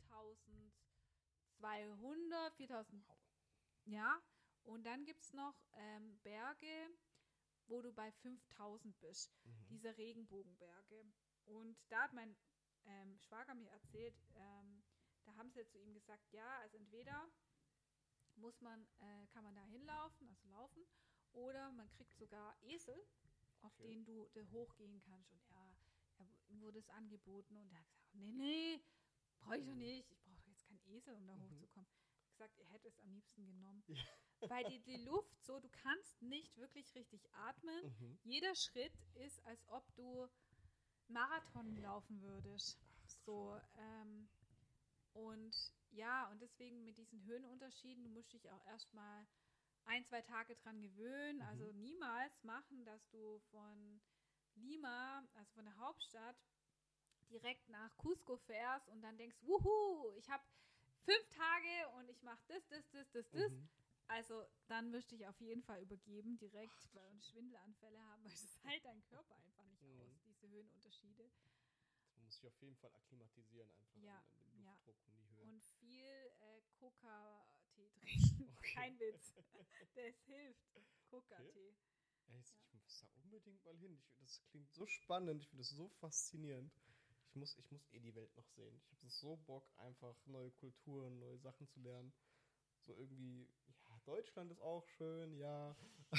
viertausendzweihundert, viertausend, Wow. ja. Und dann gibt es noch ähm, Berge, wo du bei fünftausend bist. Mhm. Diese Regenbogenberge. Und da hat mein ähm, Schwager mir erzählt, ähm, da haben sie zu ihm gesagt, ja, also entweder muss man, äh, kann man da hinlaufen, also laufen, oder man kriegt sogar Esel, auf Okay. denen du da hochgehen kannst. Und er, er ihm wurde es angeboten und er hat gesagt, nee, nee, brauche ich doch Mhm. nicht. Ich brauche doch jetzt keinen Esel, um da Mhm. hochzukommen. Er hat gesagt, er hätte es am liebsten genommen. Ja. Weil die, die Luft so, du kannst nicht wirklich richtig atmen. Mhm. Jeder Schritt ist, als ob du Marathon laufen würdest. Ach, So, ähm, und ja, und deswegen mit diesen Höhenunterschieden, du musst dich auch erstmal ein, zwei Tage dran gewöhnen. Mhm. Also niemals machen, dass du von Lima, also von der Hauptstadt, direkt nach Cusco fährst und dann denkst, wuhu, ich habe fünf Tage und ich mache das, das, das, das, das. Mhm. Also dann müsste ich auf jeden Fall übergeben, direkt, weil wir Schwindelanfälle haben, weil das halt dein Körper einfach nicht Mhm. aus, diese Höhenunterschiede. Man muss sich auf jeden Fall akklimatisieren, einfach Ja, an, an den ja. Luftdruck und die Höhe. Und viel äh, Coca-Tee trinken. Okay. Kein Witz. Das hilft. Coca-Tee. Ey, jetzt, Ja. Ich muss da unbedingt mal hin. Ich, das klingt so spannend. Ich finde das so faszinierend. Ich muss, ich muss eh die Welt noch sehen. Ich habe so Bock, einfach neue Kulturen, neue Sachen zu lernen. So irgendwie, ja, Deutschland ist auch schön, ja.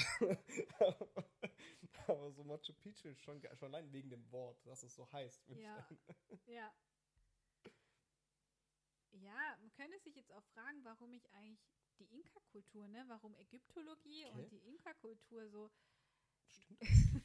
Aber so Machu Picchu ist schon, ge- schon allein wegen dem Wort, dass es so heißt. Will Ja. ich dann. Ja. Ja, man könnte sich jetzt auch fragen, warum ich eigentlich die Inka-Kultur, ne, warum Ägyptologie Okay. und die Inka-Kultur so. Stimmt.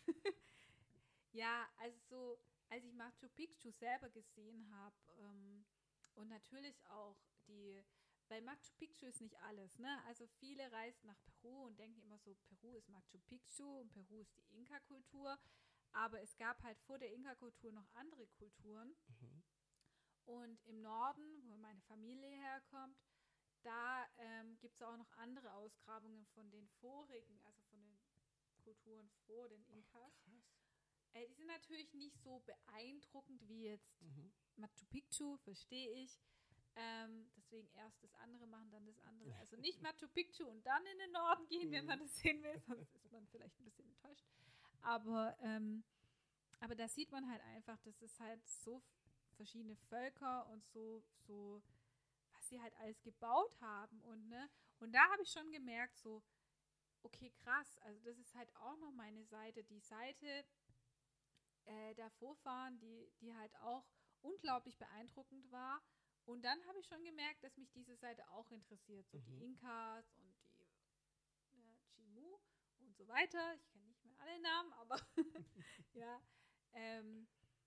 Ja, also so, als ich Machu Picchu selber gesehen habe ähm, und natürlich auch die, weil Machu Picchu ist nicht alles, ne? Also viele reisen nach Peru und denken immer so, Peru ist Machu Picchu und Peru ist die Inka-Kultur, aber es gab halt vor der Inka-Kultur noch andere Kulturen. Mhm. Und im Norden, wo meine Familie herkommt, da ähm, gibt es auch noch andere Ausgrabungen von den vorigen, also von den Kulturen vor den Inkas. Krass. Äh, die sind natürlich nicht so beeindruckend wie jetzt Mhm. Machu Picchu, verstehe ich. Ähm, deswegen erst das andere machen, dann das andere. Also nicht Machu Picchu und dann in den Norden gehen, wenn man das sehen will, sonst ist man vielleicht ein bisschen enttäuscht. Aber, ähm, aber da sieht man halt einfach, dass es halt so verschiedene Völker und so, so, was sie halt alles gebaut haben. Und, ne, und da habe ich schon gemerkt, so, okay, krass, also das ist halt auch noch meine Seite, die Seite äh, der Vorfahren, die, die halt auch unglaublich beeindruckend war. Und dann habe ich schon gemerkt, dass mich diese Seite auch interessiert, so Mhm. die Inkas und die ja, Chimu und so weiter. Ich kenne nicht mehr alle Namen, aber ja, ähm,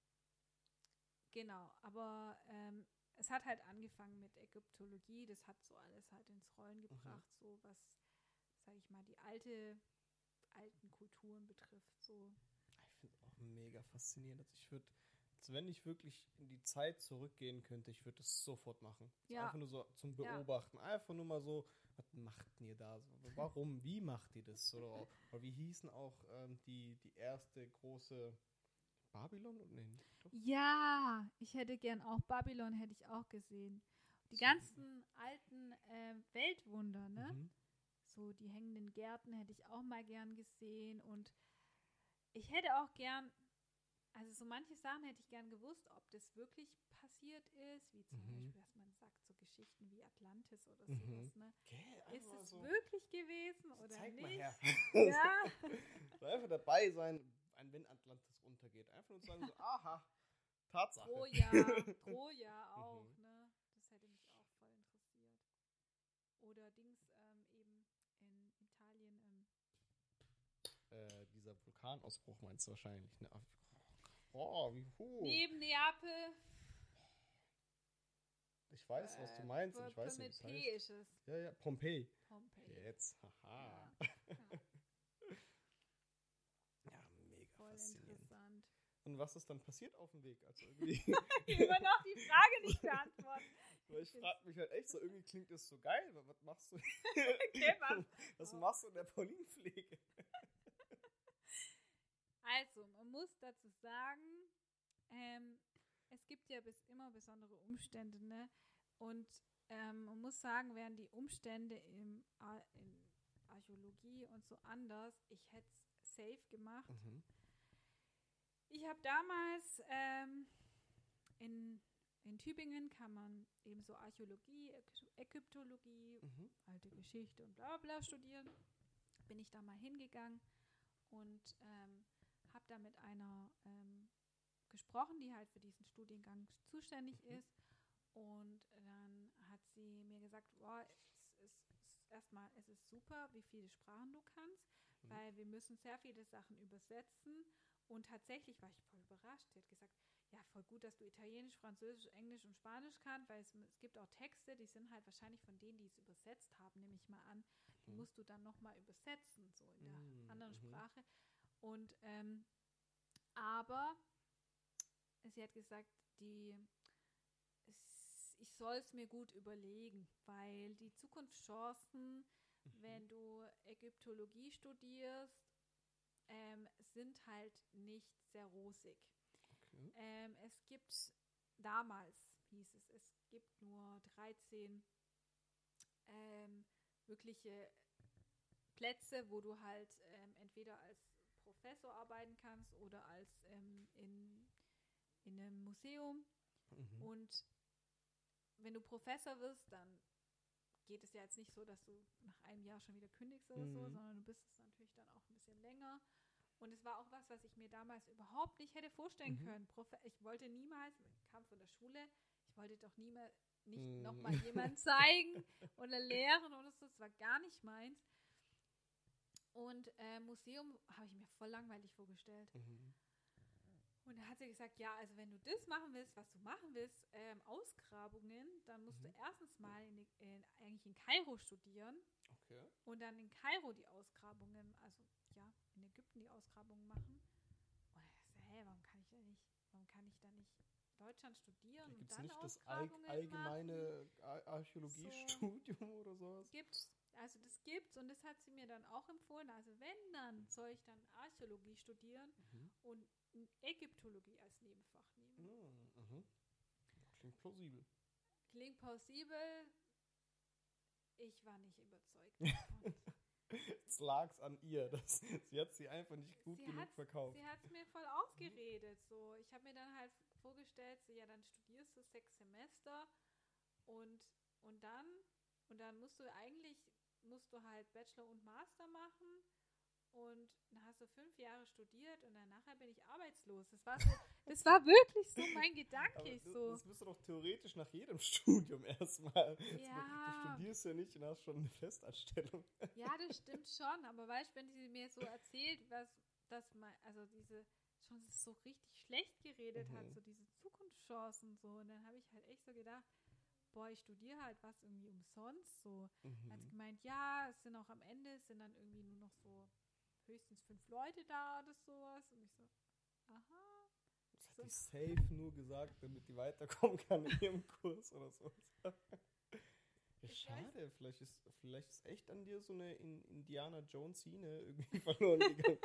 genau, aber ähm, es hat halt angefangen mit Ägyptologie, das hat so alles halt ins Rollen gebracht, Mhm. so was, sage ich mal, die alte, alten Kulturen betrifft, so. Ich finde es auch mega faszinierend. Also ich würde, also wenn ich wirklich in die Zeit zurückgehen könnte, ich würde das sofort machen. Also Ja. einfach nur so zum Ja. Beobachten. Einfach nur mal so, was macht ihr da? So, warum? Wie macht ihr das? Oder, oder wie hießen auch ähm, die, die erste große Babylon? Nee, doch. Ja, ich hätte gern auch Babylon, hätte ich auch gesehen. Die So. ganzen alten äh, Weltwunder, ne? Mhm. So die hängenden Gärten hätte ich auch mal gern gesehen. Und ich hätte auch gern, also so manche Sachen hätte ich gern gewusst, ob das wirklich passiert ist, wie zum Mhm. Beispiel, dass man sagt, so Geschichten wie Atlantis oder Mhm. sowas, ne? Okay, Ist einfach es so. wirklich gewesen oder Zeig nicht? mal her. Ja. So einfach dabei sein, wenn Atlantis untergeht. Einfach nur sagen so, aha, Tatsache. Troja, Troja auch, Mhm. ne? Das hätte mich auch voll interessiert. Oder Dings ähm, eben in Italien. Ähm, Äh, dieser Vulkanausbruch meinst du wahrscheinlich, ne? Oh, Boah, wie hoch. Neben Neapel. Ich weiß, was du meinst. Äh, Ich weiß nicht, was P heißt. ist es. Ja, ja, Pompeji. Pompeji. Jetzt, haha. Ja, ja. Ja, mega Voll faszinierend. interessant. Und was ist dann passiert auf dem Weg? Also irgendwie. Immer noch die Frage nicht beantworten. Weil ich frage mich halt echt so, irgendwie klingt das so geil. aber Was machst du? Okay, was? Was machst du in der Paulinenpflege? Also, man muss dazu sagen, ähm, es gibt ja bis immer besondere Umstände, ne? Und ähm, man muss sagen, wären die Umstände im Ar in Archäologie und so anders, ich hätte es safe gemacht. Mhm. Ich habe damals ähm, in, in Tübingen kann man eben so Archäologie, Ägy- Ägyptologie, Mhm. alte Geschichte und bla bla studieren. Bin ich da mal hingegangen und ähm, habe da mit einer ähm, gesprochen, die halt für diesen Studiengang zuständig Mhm. ist. Und dann hat sie mir gesagt, boah, es ist, es ist erstmal, es ist super, wie viele Sprachen du kannst, Mhm. weil wir müssen sehr viele Sachen übersetzen. Und tatsächlich war ich voll überrascht. Sie hat gesagt, ja, voll gut, dass du Italienisch, Französisch, Englisch und Spanisch kannst, weil es, es gibt auch Texte, die sind halt wahrscheinlich von denen, die es übersetzt haben, nehme ich mal an. Die Mhm. musst du dann nochmal übersetzen, so in der Mhm. anderen Mhm. Sprache. Und, ähm, aber sie hat gesagt, die, es, ich soll es mir gut überlegen, weil die Zukunftschancen, Mhm. wenn du Ägyptologie studierst, ähm, sind halt nicht sehr rosig. Okay. Ähm, es gibt, damals hieß es, es gibt nur dreizehn ähm, wirkliche Plätze, wo du halt ähm, entweder als Professor arbeiten kannst oder als ähm, in, in einem Museum. Mhm. Und wenn du Professor wirst, dann geht es ja jetzt nicht so, dass du nach einem Jahr schon wieder kündigst oder so, Mhm. sondern du bist es natürlich dann auch ein bisschen länger. Und es war auch was, was ich mir damals überhaupt nicht hätte vorstellen Mhm. können. Profe ich wollte niemals, ich kam von der Schule, ich wollte doch nie mehr, nicht Mhm. nochmal jemand zeigen oder lehren oder so. Das war gar nicht meins. Und äh, Museum habe ich mir voll langweilig vorgestellt. Mhm. Und da hat sie gesagt, ja, also wenn du das machen willst, was du machen willst, ähm, Ausgrabungen, dann musst Mhm. du erstens mal in, die- in, eigentlich in Kairo studieren Okay. und dann in Kairo die Ausgrabungen, also ja, in Ägypten die Ausgrabungen machen. Und ich dachte, hey, warum kann ich da nicht, warum kann ich da nicht Deutschland studieren und Gibt es dann nicht das all Ausgrabungen allgemeine machen? Ar Archäologiestudium oder sowas? Gibt's, also das gibt's und das hat sie mir dann auch empfohlen. Also wenn, dann soll ich dann Archäologie studieren Mhm. und Ägyptologie als Nebenfach nehmen. Mhm. Mhm. Klingt plausibel. Klingt plausibel. Ich war nicht überzeugt davon. Jetzt lag es an ihr. Das, sie hat sie einfach nicht gut sie genug hat's, verkauft. Sie hat es mir voll ausgeredet. So. Ich habe mir dann halt vorgestellt, so, ja, dann studierst du sechs Semester und, und dann und dann musst du eigentlich musst du halt Bachelor und Master machen und dann hast du fünf Jahre studiert und dann nachher bin ich arbeitslos. Das war so, das war wirklich so mein Gedanke. Aber Ich das, so, das müsste doch theoretisch nach jedem Studium erstmal. Ja. Du studierst ja nicht und hast schon eine Festanstellung. ja, das stimmt schon, aber weißt du, wenn sie mir so erzählt, was das mal, also diese schon so richtig schlecht geredet hat, Mhm. so diese Zukunftschancen so, und dann habe ich halt echt so gedacht, boah, ich studiere halt was irgendwie umsonst so. Mhm. Hat sie gemeint, ja, es sind auch am Ende, es sind dann irgendwie nur noch so höchstens fünf Leute da oder sowas und ich so, aha. Das hat die safe nur gesagt, damit die weiterkommen kann in ihrem Kurs oder so. Ja, Ich schade, vielleicht ist, vielleicht ist echt an dir so eine In Indiana Jones-Szene irgendwie verloren gegangen.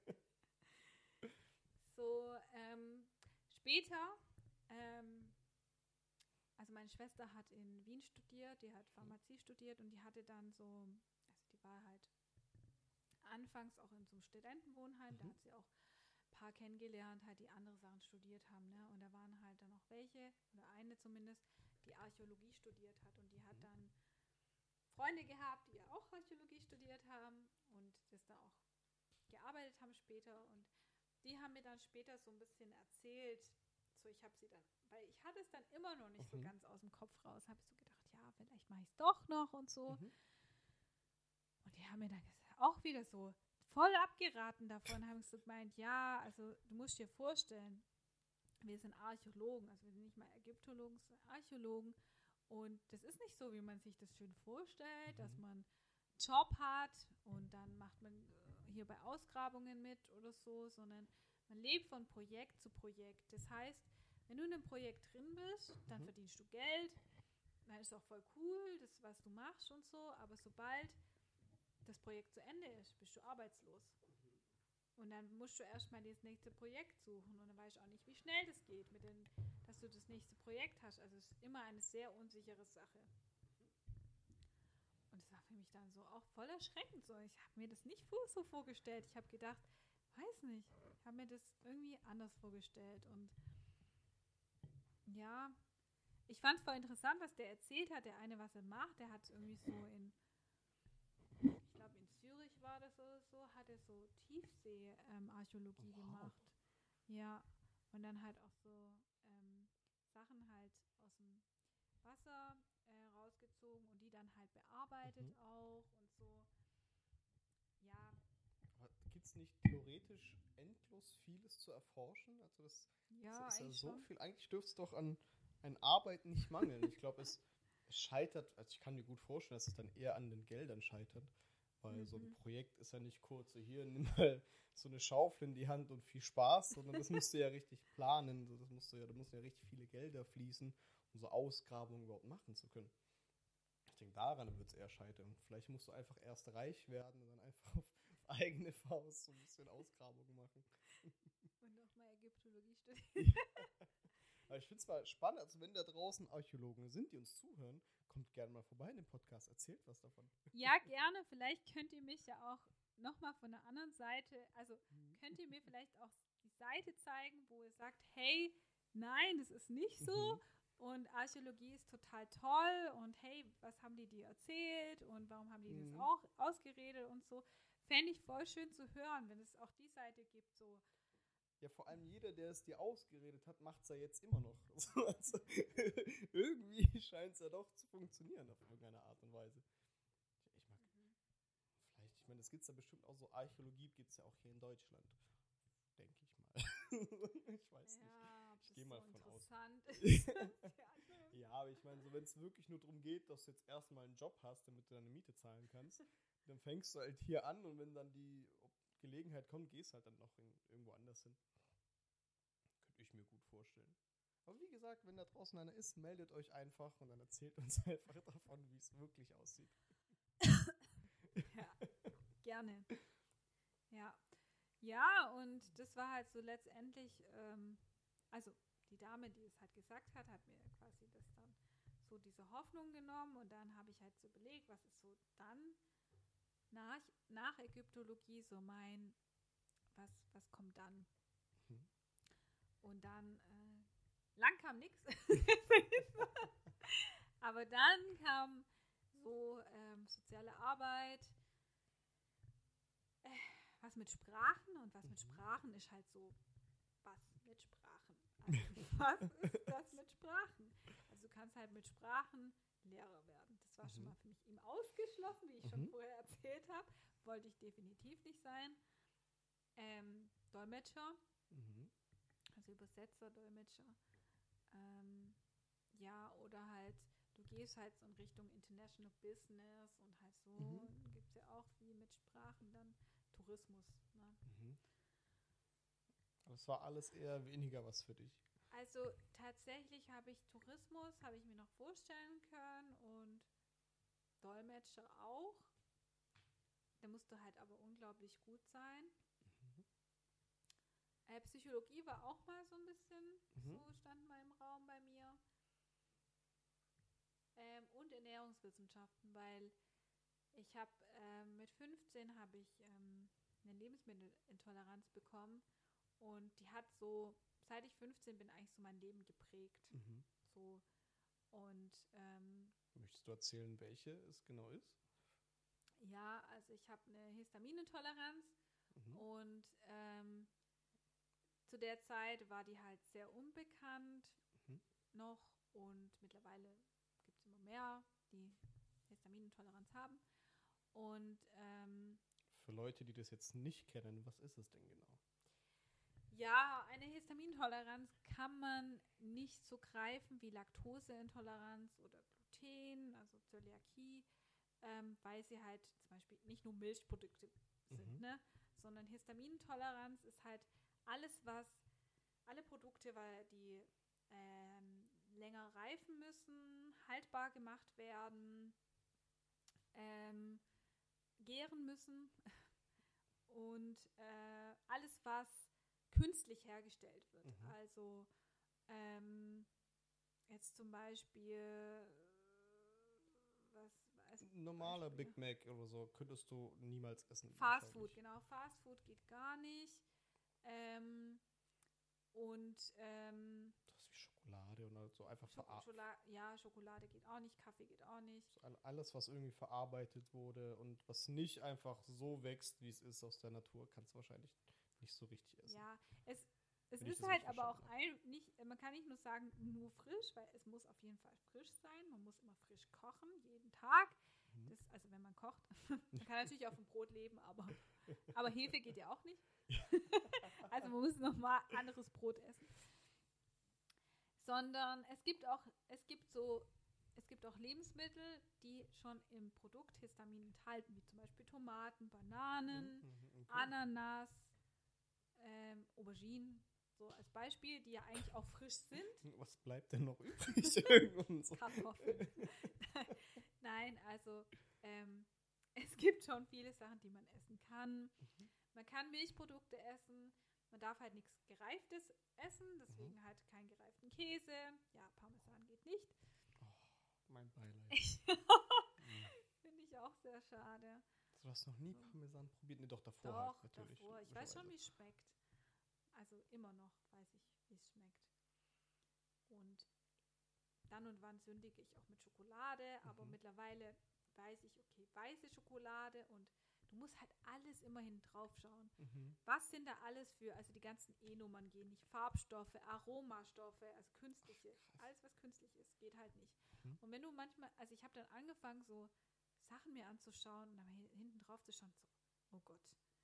So, ähm, später, ähm, also meine Schwester hat in Wien studiert, die hat Pharmazie studiert und die hatte dann so, also die war halt anfangs auch in so einem Studentenwohnheim, Mhm. da hat sie auch ein paar kennengelernt, halt die andere Sachen studiert haben, ne? Und da waren halt dann auch welche, oder eine zumindest, die Archäologie studiert hat und die hat Mhm. dann Freunde gehabt, die auch Archäologie studiert haben und das da auch gearbeitet haben später und die haben mir dann später so ein bisschen erzählt, so ich habe sie dann, weil ich hatte es dann immer noch nicht so Mhm. ganz aus dem Kopf raus, habe ich so gedacht, ja, vielleicht mache ich es doch noch und so. Mhm. Und die haben mir dann gesagt, auch wieder so voll abgeraten davon, haben so gemeint, ja, also du musst dir vorstellen, wir sind Archäologen, also wir sind nicht mal Ägyptologen, sondern Archäologen. Und das ist nicht so, wie man sich das schön vorstellt, Mhm. dass man einen Job hat und dann macht man äh, hier bei Ausgrabungen mit oder so, sondern man lebt von Projekt zu Projekt. Das heißt, wenn du in einem Projekt drin bist, dann Mhm. verdienst du Geld, dann ist auch voll cool, das, was du machst und so, aber sobald das Projekt zu Ende ist, bist du arbeitslos. Und dann musst du erstmal das nächste Projekt suchen und dann weißt du auch nicht, wie schnell das geht, mit den, dass du das nächste Projekt hast. Also es ist immer eine sehr unsichere Sache. Und das war für mich dann so auch voll erschreckend. So. Ich habe mir das nicht so vorgestellt. Ich habe gedacht, weiß nicht, ich habe mir das irgendwie anders vorgestellt. Und ja, ich fand es voll interessant, was der erzählt hat. Der eine, was er macht, der hat irgendwie so in, ich glaube in Zürich war das oder so, hat er so Tiefsee-Archäologie Wow. gemacht. Ja, und dann halt auch so ähm, Sachen halt aus dem Wasser äh, rausgezogen und die dann halt bearbeitet Mhm. auch und so. Ja, Aber gibt es nicht theoretisch endlos vieles zu erforschen? Also das, ja, das ist ja eigentlich so schon. viel. Eigentlich dürfte es doch an, an Arbeit nicht mangeln. Ich glaube, es, es scheitert, also ich kann mir gut vorstellen, dass es dann eher an den Geldern scheitert. Weil so ein Mhm. Projekt ist ja nicht kurz, so hier, nimm mal so eine Schaufel in die Hand und viel Spaß, sondern das musst du ja richtig planen. So, das musst du ja, da müssen ja richtig viele Gelder fließen, um so Ausgrabungen überhaupt machen zu können. Ich denke, daran wird es eher scheitern. Vielleicht musst du einfach erst reich werden und dann einfach auf, auf eigene Faust so ein bisschen Ausgrabungen machen. Und nochmal Ägyptologie studieren. Aber ich finde es mal spannend, also wenn da draußen Archäologen sind, die uns zuhören, kommt gerne mal vorbei in den Podcast, erzählt was davon. Ja, gerne. Vielleicht könnt ihr mich ja auch nochmal von der anderen Seite, also könnt ihr mir vielleicht auch die Seite zeigen, wo ihr sagt, hey, nein, das ist nicht so. Mhm. Und Archäologie ist total toll und hey, was haben die dir erzählt und warum haben die das Mhm. auch ausgeredet und so. Fände ich voll schön zu hören, wenn es auch die Seite gibt, so. Ja, vor allem jeder, der es dir ausgeredet hat, macht es ja jetzt immer noch. Also, irgendwie scheint es ja doch zu funktionieren auf irgendeine Art und Weise. Ich mag, Mhm. vielleicht, ich meine, es gibt ja bestimmt auch so Archäologie, gibt es ja auch hier in Deutschland. Denke ich mal. Ich weiß nicht. Ja, ob Ich das gehe so mal von aus. interessant ist. Ja, aber ich meine, so wenn es wirklich nur darum geht, dass du jetzt erstmal einen Job hast, damit du deine Miete zahlen kannst, dann fängst du halt hier an und wenn dann die Gelegenheit kommt, gehst halt dann noch in, irgendwo anders hin. Könnte ich mir gut vorstellen. Aber wie gesagt, wenn da draußen einer ist, meldet euch einfach und dann erzählt uns einfach davon, wie es wirklich aussieht. Ja, gerne. Ja. Ja, und das war halt so letztendlich, ähm, also die Dame, die es halt gesagt hat, hat mir quasi das dann so diese Hoffnung genommen und dann habe ich halt so überlegt, was ist so dann nach, nach Ägyptologie so mein, was, was kommt dann? Hm. Und dann, äh, lang kam nichts. Aber dann kam so ähm, soziale Arbeit, äh, was mit Sprachen und was mit Mhm. Sprachen ist halt so, was mit Sprachen. Also, was ist das mit Sprachen? Also du kannst halt mit Sprachen Lehrer werden. Das war schon Mhm. mal für mich eben ausgeschlossen, wie ich schon Mhm. vorher erzählt habe. Wollte ich definitiv nicht sein. Ähm, Dolmetscher, Mhm. also Übersetzer, Dolmetscher. Ähm, ja, oder halt, du gehst halt so in Richtung International Business und halt so, Mhm. gibt es ja auch wie mit Sprachen dann Tourismus. Ne? Mhm. Aber es war alles eher weniger was für dich. Also tatsächlich habe ich Tourismus, habe ich mir noch vorstellen können und Dolmetscher auch. Da musst du halt aber unglaublich gut sein. Mhm. Äh, Psychologie war auch mal so ein bisschen, Mhm. so stand mal im Raum bei mir. Ähm, und Ernährungswissenschaften, weil ich habe ähm, mit fünfzehn habe ich ähm, eine Lebensmittelintoleranz bekommen und die hat so, seit ich fünfzehn bin, eigentlich so mein Leben geprägt. Mhm. So und ähm, Möchtest du erzählen, welche es genau ist? ja, also ich habe eine Histaminintoleranz Mhm. und ähm, zu der Zeit war die halt sehr unbekannt Mhm. noch und mittlerweile gibt es immer mehr, die Histaminintoleranz haben. Und ähm, Für Leute, die das jetzt nicht kennen, was ist es denn genau? Ja, eine Histaminintoleranz kann man nicht so greifen wie Laktoseintoleranz oder Gluten, also Zöliakie, ähm, weil sie halt zum Beispiel nicht nur Milchprodukte sind, Mhm. ne? Sondern Histaminintoleranz ist halt alles, was, alle Produkte, weil die ähm, länger reifen müssen, haltbar gemacht werden, ähm, gären müssen und äh, alles, was künstlich hergestellt wird. Mhm. Also ähm, jetzt zum Beispiel, was als Normaler Beispiel? Big Mac oder so könntest du niemals essen. Fast wahrscheinlich. Food, genau. Fast Food geht gar nicht. Ähm, und ähm, Das ist wie Schokolade und halt so einfach Schoko verarbeitet. Schola ja, Schokolade geht auch nicht, Kaffee geht auch nicht. Alles, was irgendwie verarbeitet wurde und was nicht einfach so wächst, wie es ist aus der Natur, kannst du wahrscheinlich nicht so richtig essen. Ja, es, es Wenn ich ist das halt richtig aber auch verstanden habe. ein, nicht, man kann nicht nur sagen, nur frisch, weil es muss auf jeden Fall frisch sein. Man muss immer frisch kochen, jeden Tag. Mhm. Das, also wenn man kocht. Man kann natürlich auf dem Brot leben, aber, aber Hefe geht ja auch nicht. Also man muss nochmal anderes Brot essen. Sondern es gibt auch, es gibt so, es gibt auch Lebensmittel, die schon im Produkt Histamin enthalten, wie zum Beispiel Tomaten, Bananen, Mhm, okay. Ananas, ähm, Auberginen, so als Beispiel, die ja eigentlich auch frisch sind. Was bleibt denn noch übrig? so. Kartoffeln. Nein, also ähm, es gibt schon viele Sachen, die man essen kann. Mhm. Man kann Milchprodukte essen. Man darf halt nichts Gereiftes essen, deswegen Mhm. halt keinen gereiften Käse. Ja, Parmesan geht nicht. Oh, mein Beileid. Mhm. Finde ich auch sehr schade. Du hast noch nie So. Parmesan probiert? Nee, doch, davor Doch, halt, natürlich. davor. Ich weiß schon, wie es schmeckt. Also immer noch weiß ich, wie es schmeckt. Und dann und wann sündige ich auch mit Schokolade, aber Mhm. mittlerweile weiß ich, okay, weiße Schokolade und du musst halt alles immer hinten drauf schauen. Mhm. Was sind da alles für, also die ganzen E-Nummern gehen nicht, Farbstoffe, Aromastoffe, also künstliche, Ach, alles was künstlich ist, geht halt nicht. Mhm. Und wenn du manchmal, also ich habe dann angefangen, so Sachen mir anzuschauen und dann hinten drauf zu schauen, so, oh Gott.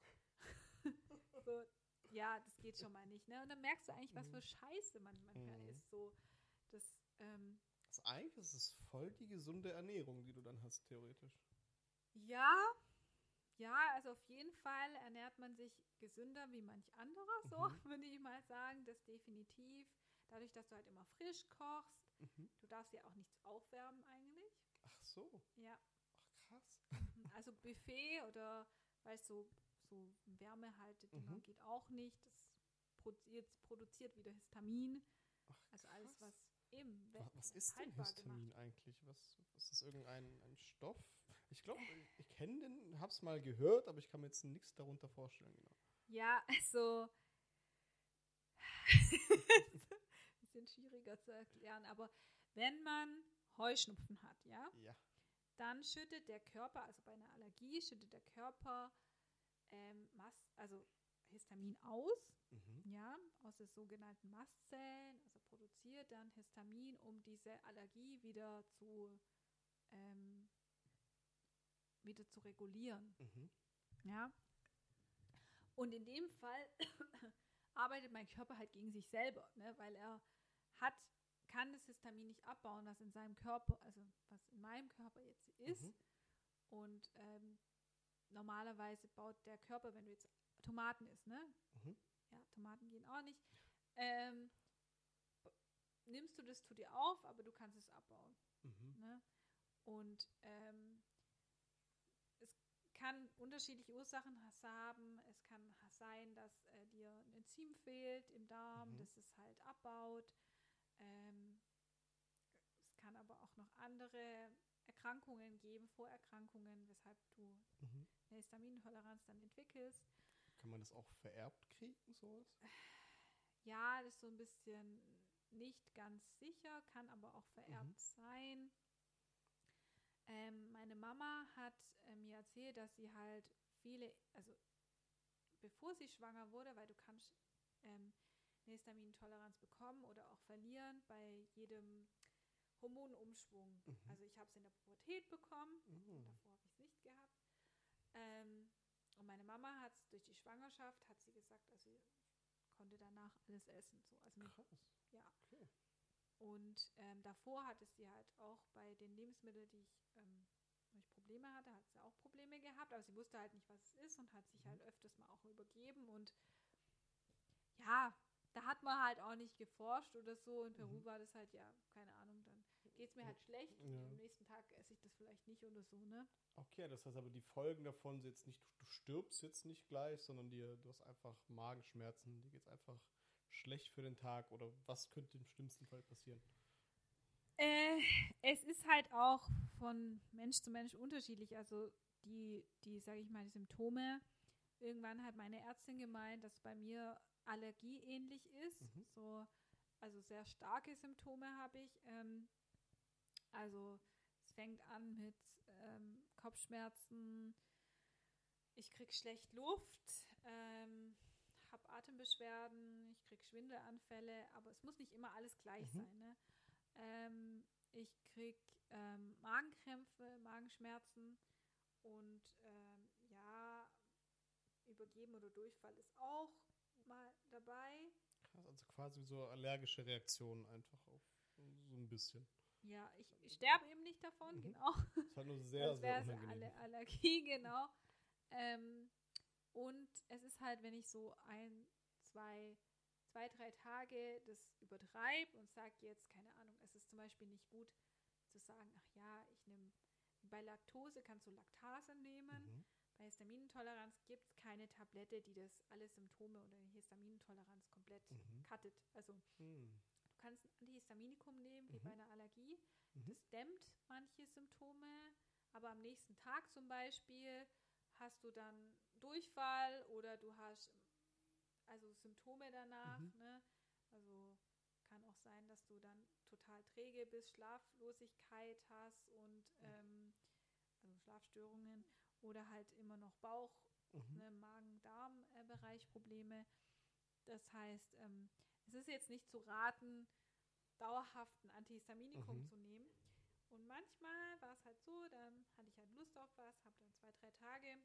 so, ja, das geht schon mal nicht, ne? Und dann merkst du eigentlich, was für Scheiße man manchmal Mhm. isst, so, das, ähm, Also eigentlich ist es voll die gesunde Ernährung, die du dann hast, theoretisch. ja, ja, also auf jeden Fall ernährt man sich gesünder wie manch anderer, so Mhm. würde ich mal sagen, das definitiv. Dadurch, dass du halt immer frisch kochst, Mhm. du darfst ja auch nichts aufwärmen eigentlich. Ach so. Ja, Ach krass. mhm. Also Buffet oder, weißt du, so, so Wärmehaltedinger Mhm. geht auch nicht. Das produziert, produziert wieder Histamin. Ach, Also alles, krass. was eben Wa- Was ist denn haltbar Histamin gemacht. eigentlich? Was, was ist irgendein ein Stoff? Ich glaube, ich kenne den, hab's mal gehört, aber ich kann mir jetzt nichts darunter vorstellen. Genau. Ja, also bisschen schwieriger zu erklären, aber wenn man Heuschnupfen hat, ja, Ja. dann schüttet der Körper, also bei einer Allergie, schüttet der Körper ähm, Mast, also Histamin aus, Mhm. ja, aus den sogenannten Mastzellen, also produziert dann Histamin, um diese Allergie wieder zu ähm, wieder zu regulieren, Mhm. ja. Und in dem Fall arbeitet mein Körper halt gegen sich selber, ne, weil er hat kann das Histamin nicht abbauen, was in seinem Körper, also was in meinem Körper jetzt ist. Mhm. Und ähm, normalerweise baut der Körper, wenn du jetzt Tomaten isst, ne? Mhm. Ja, Tomaten gehen auch nicht. Ähm, nimmst du das zu dir auf, aber du kannst es abbauen. Mhm. Ne? Und ähm, es kann unterschiedliche Ursachen haben. Es kann sein, dass äh, dir ein Enzym fehlt im Darm, Mhm. das es halt abbaut. Ähm, es kann aber auch noch andere Erkrankungen geben, Vorerkrankungen, weshalb du Mhm. eine Histaminintoleranz dann entwickelst. Kann man das auch vererbt kriegen, sowas? Ja, das ist so ein bisschen nicht ganz sicher, kann aber auch vererbt Mhm. sein. Ähm, meine Mama hat äh, mir erzählt, dass sie halt viele, also bevor sie schwanger wurde, weil du kannst ähm, eine Histaminintoleranz bekommen oder auch verlieren bei jedem Hormonumschwung. Mhm. Also ich habe es in der Pubertät bekommen, Mhm. davor habe ich es nicht gehabt. Ähm, und meine Mama hat es durch die Schwangerschaft, hat sie gesagt, also konnte danach alles essen. So. Also mit, Krass. ja. Okay. Und ähm, davor hatte sie halt auch bei den Lebensmitteln, die ich, ähm, wo ich Probleme hatte, hat sie auch Probleme gehabt, aber sie wusste halt nicht, was es ist und hat sich Mhm. halt öfters mal auch übergeben. Und ja, da hat man halt auch nicht geforscht oder so. In Peru Mhm. war das halt, ja, keine Ahnung, dann geht es mir halt schlecht Ja. und am nächsten Tag esse ich das vielleicht nicht oder so, ne? Okay, das heißt aber, die Folgen davon sind jetzt nicht, du, du stirbst jetzt nicht gleich, sondern dir, du hast einfach Magenschmerzen, dir geht's einfach schlecht für den Tag oder was könnte im schlimmsten Fall passieren? Äh, es ist halt auch von Mensch zu Mensch unterschiedlich. Also die, die, sage ich mal, die Symptome. Irgendwann hat meine Ärztin gemeint, dass bei mir Allergie ähnlich ist. Mhm. So, also sehr starke Symptome habe ich. Ähm, also es fängt an mit ähm, Kopfschmerzen. Ich krieg schlecht Luft. Ähm, habe Atembeschwerden. Ich krieg Schwindelanfälle. Aber es muss nicht immer alles gleich Mhm. sein, ne? Ähm, ich krieg ähm, Magenkrämpfe, Magenschmerzen und ähm, ja, Übergeben oder Durchfall ist auch mal dabei. Krass, also quasi so allergische Reaktionen einfach auf so ein bisschen. Ja, ich, ich sterbe eben nicht davon, Mhm. genau. Ist halt nur sehr, Sonst sehr wäre es unangenehm. alle Allergie, genau. Ähm, und es ist halt, wenn ich so ein, zwei, zwei, drei Tage das übertreibe und sage jetzt, keine Ahnung, es ist zum Beispiel nicht gut zu sagen, ach ja, ich nehme, bei Laktose kannst du Laktase nehmen. Mhm. Bei Histaminintoleranz gibt es keine Tablette, die das alle Symptome oder die Histaminintoleranz komplett Mhm. cuttet. Also Mhm. du kannst ein Antihistaminikum nehmen, wie Mhm. bei einer Allergie. Mhm. Das dämmt manche Symptome, aber am nächsten Tag zum Beispiel hast du dann Durchfall oder du hast also Symptome danach. Mhm. Ne? Also kann auch sein, dass du dann total träge bist, Schlaflosigkeit hast und ähm, also Schlafstörungen oder halt immer noch Bauch, Mhm. ne, Magen-Darm-Bereich Probleme. Das heißt, ähm, es ist jetzt nicht zu raten, dauerhaft ein Antihistaminikum Mhm. zu nehmen. Und manchmal war es halt so, dann hatte ich halt Lust auf was, habe dann zwei, drei Tage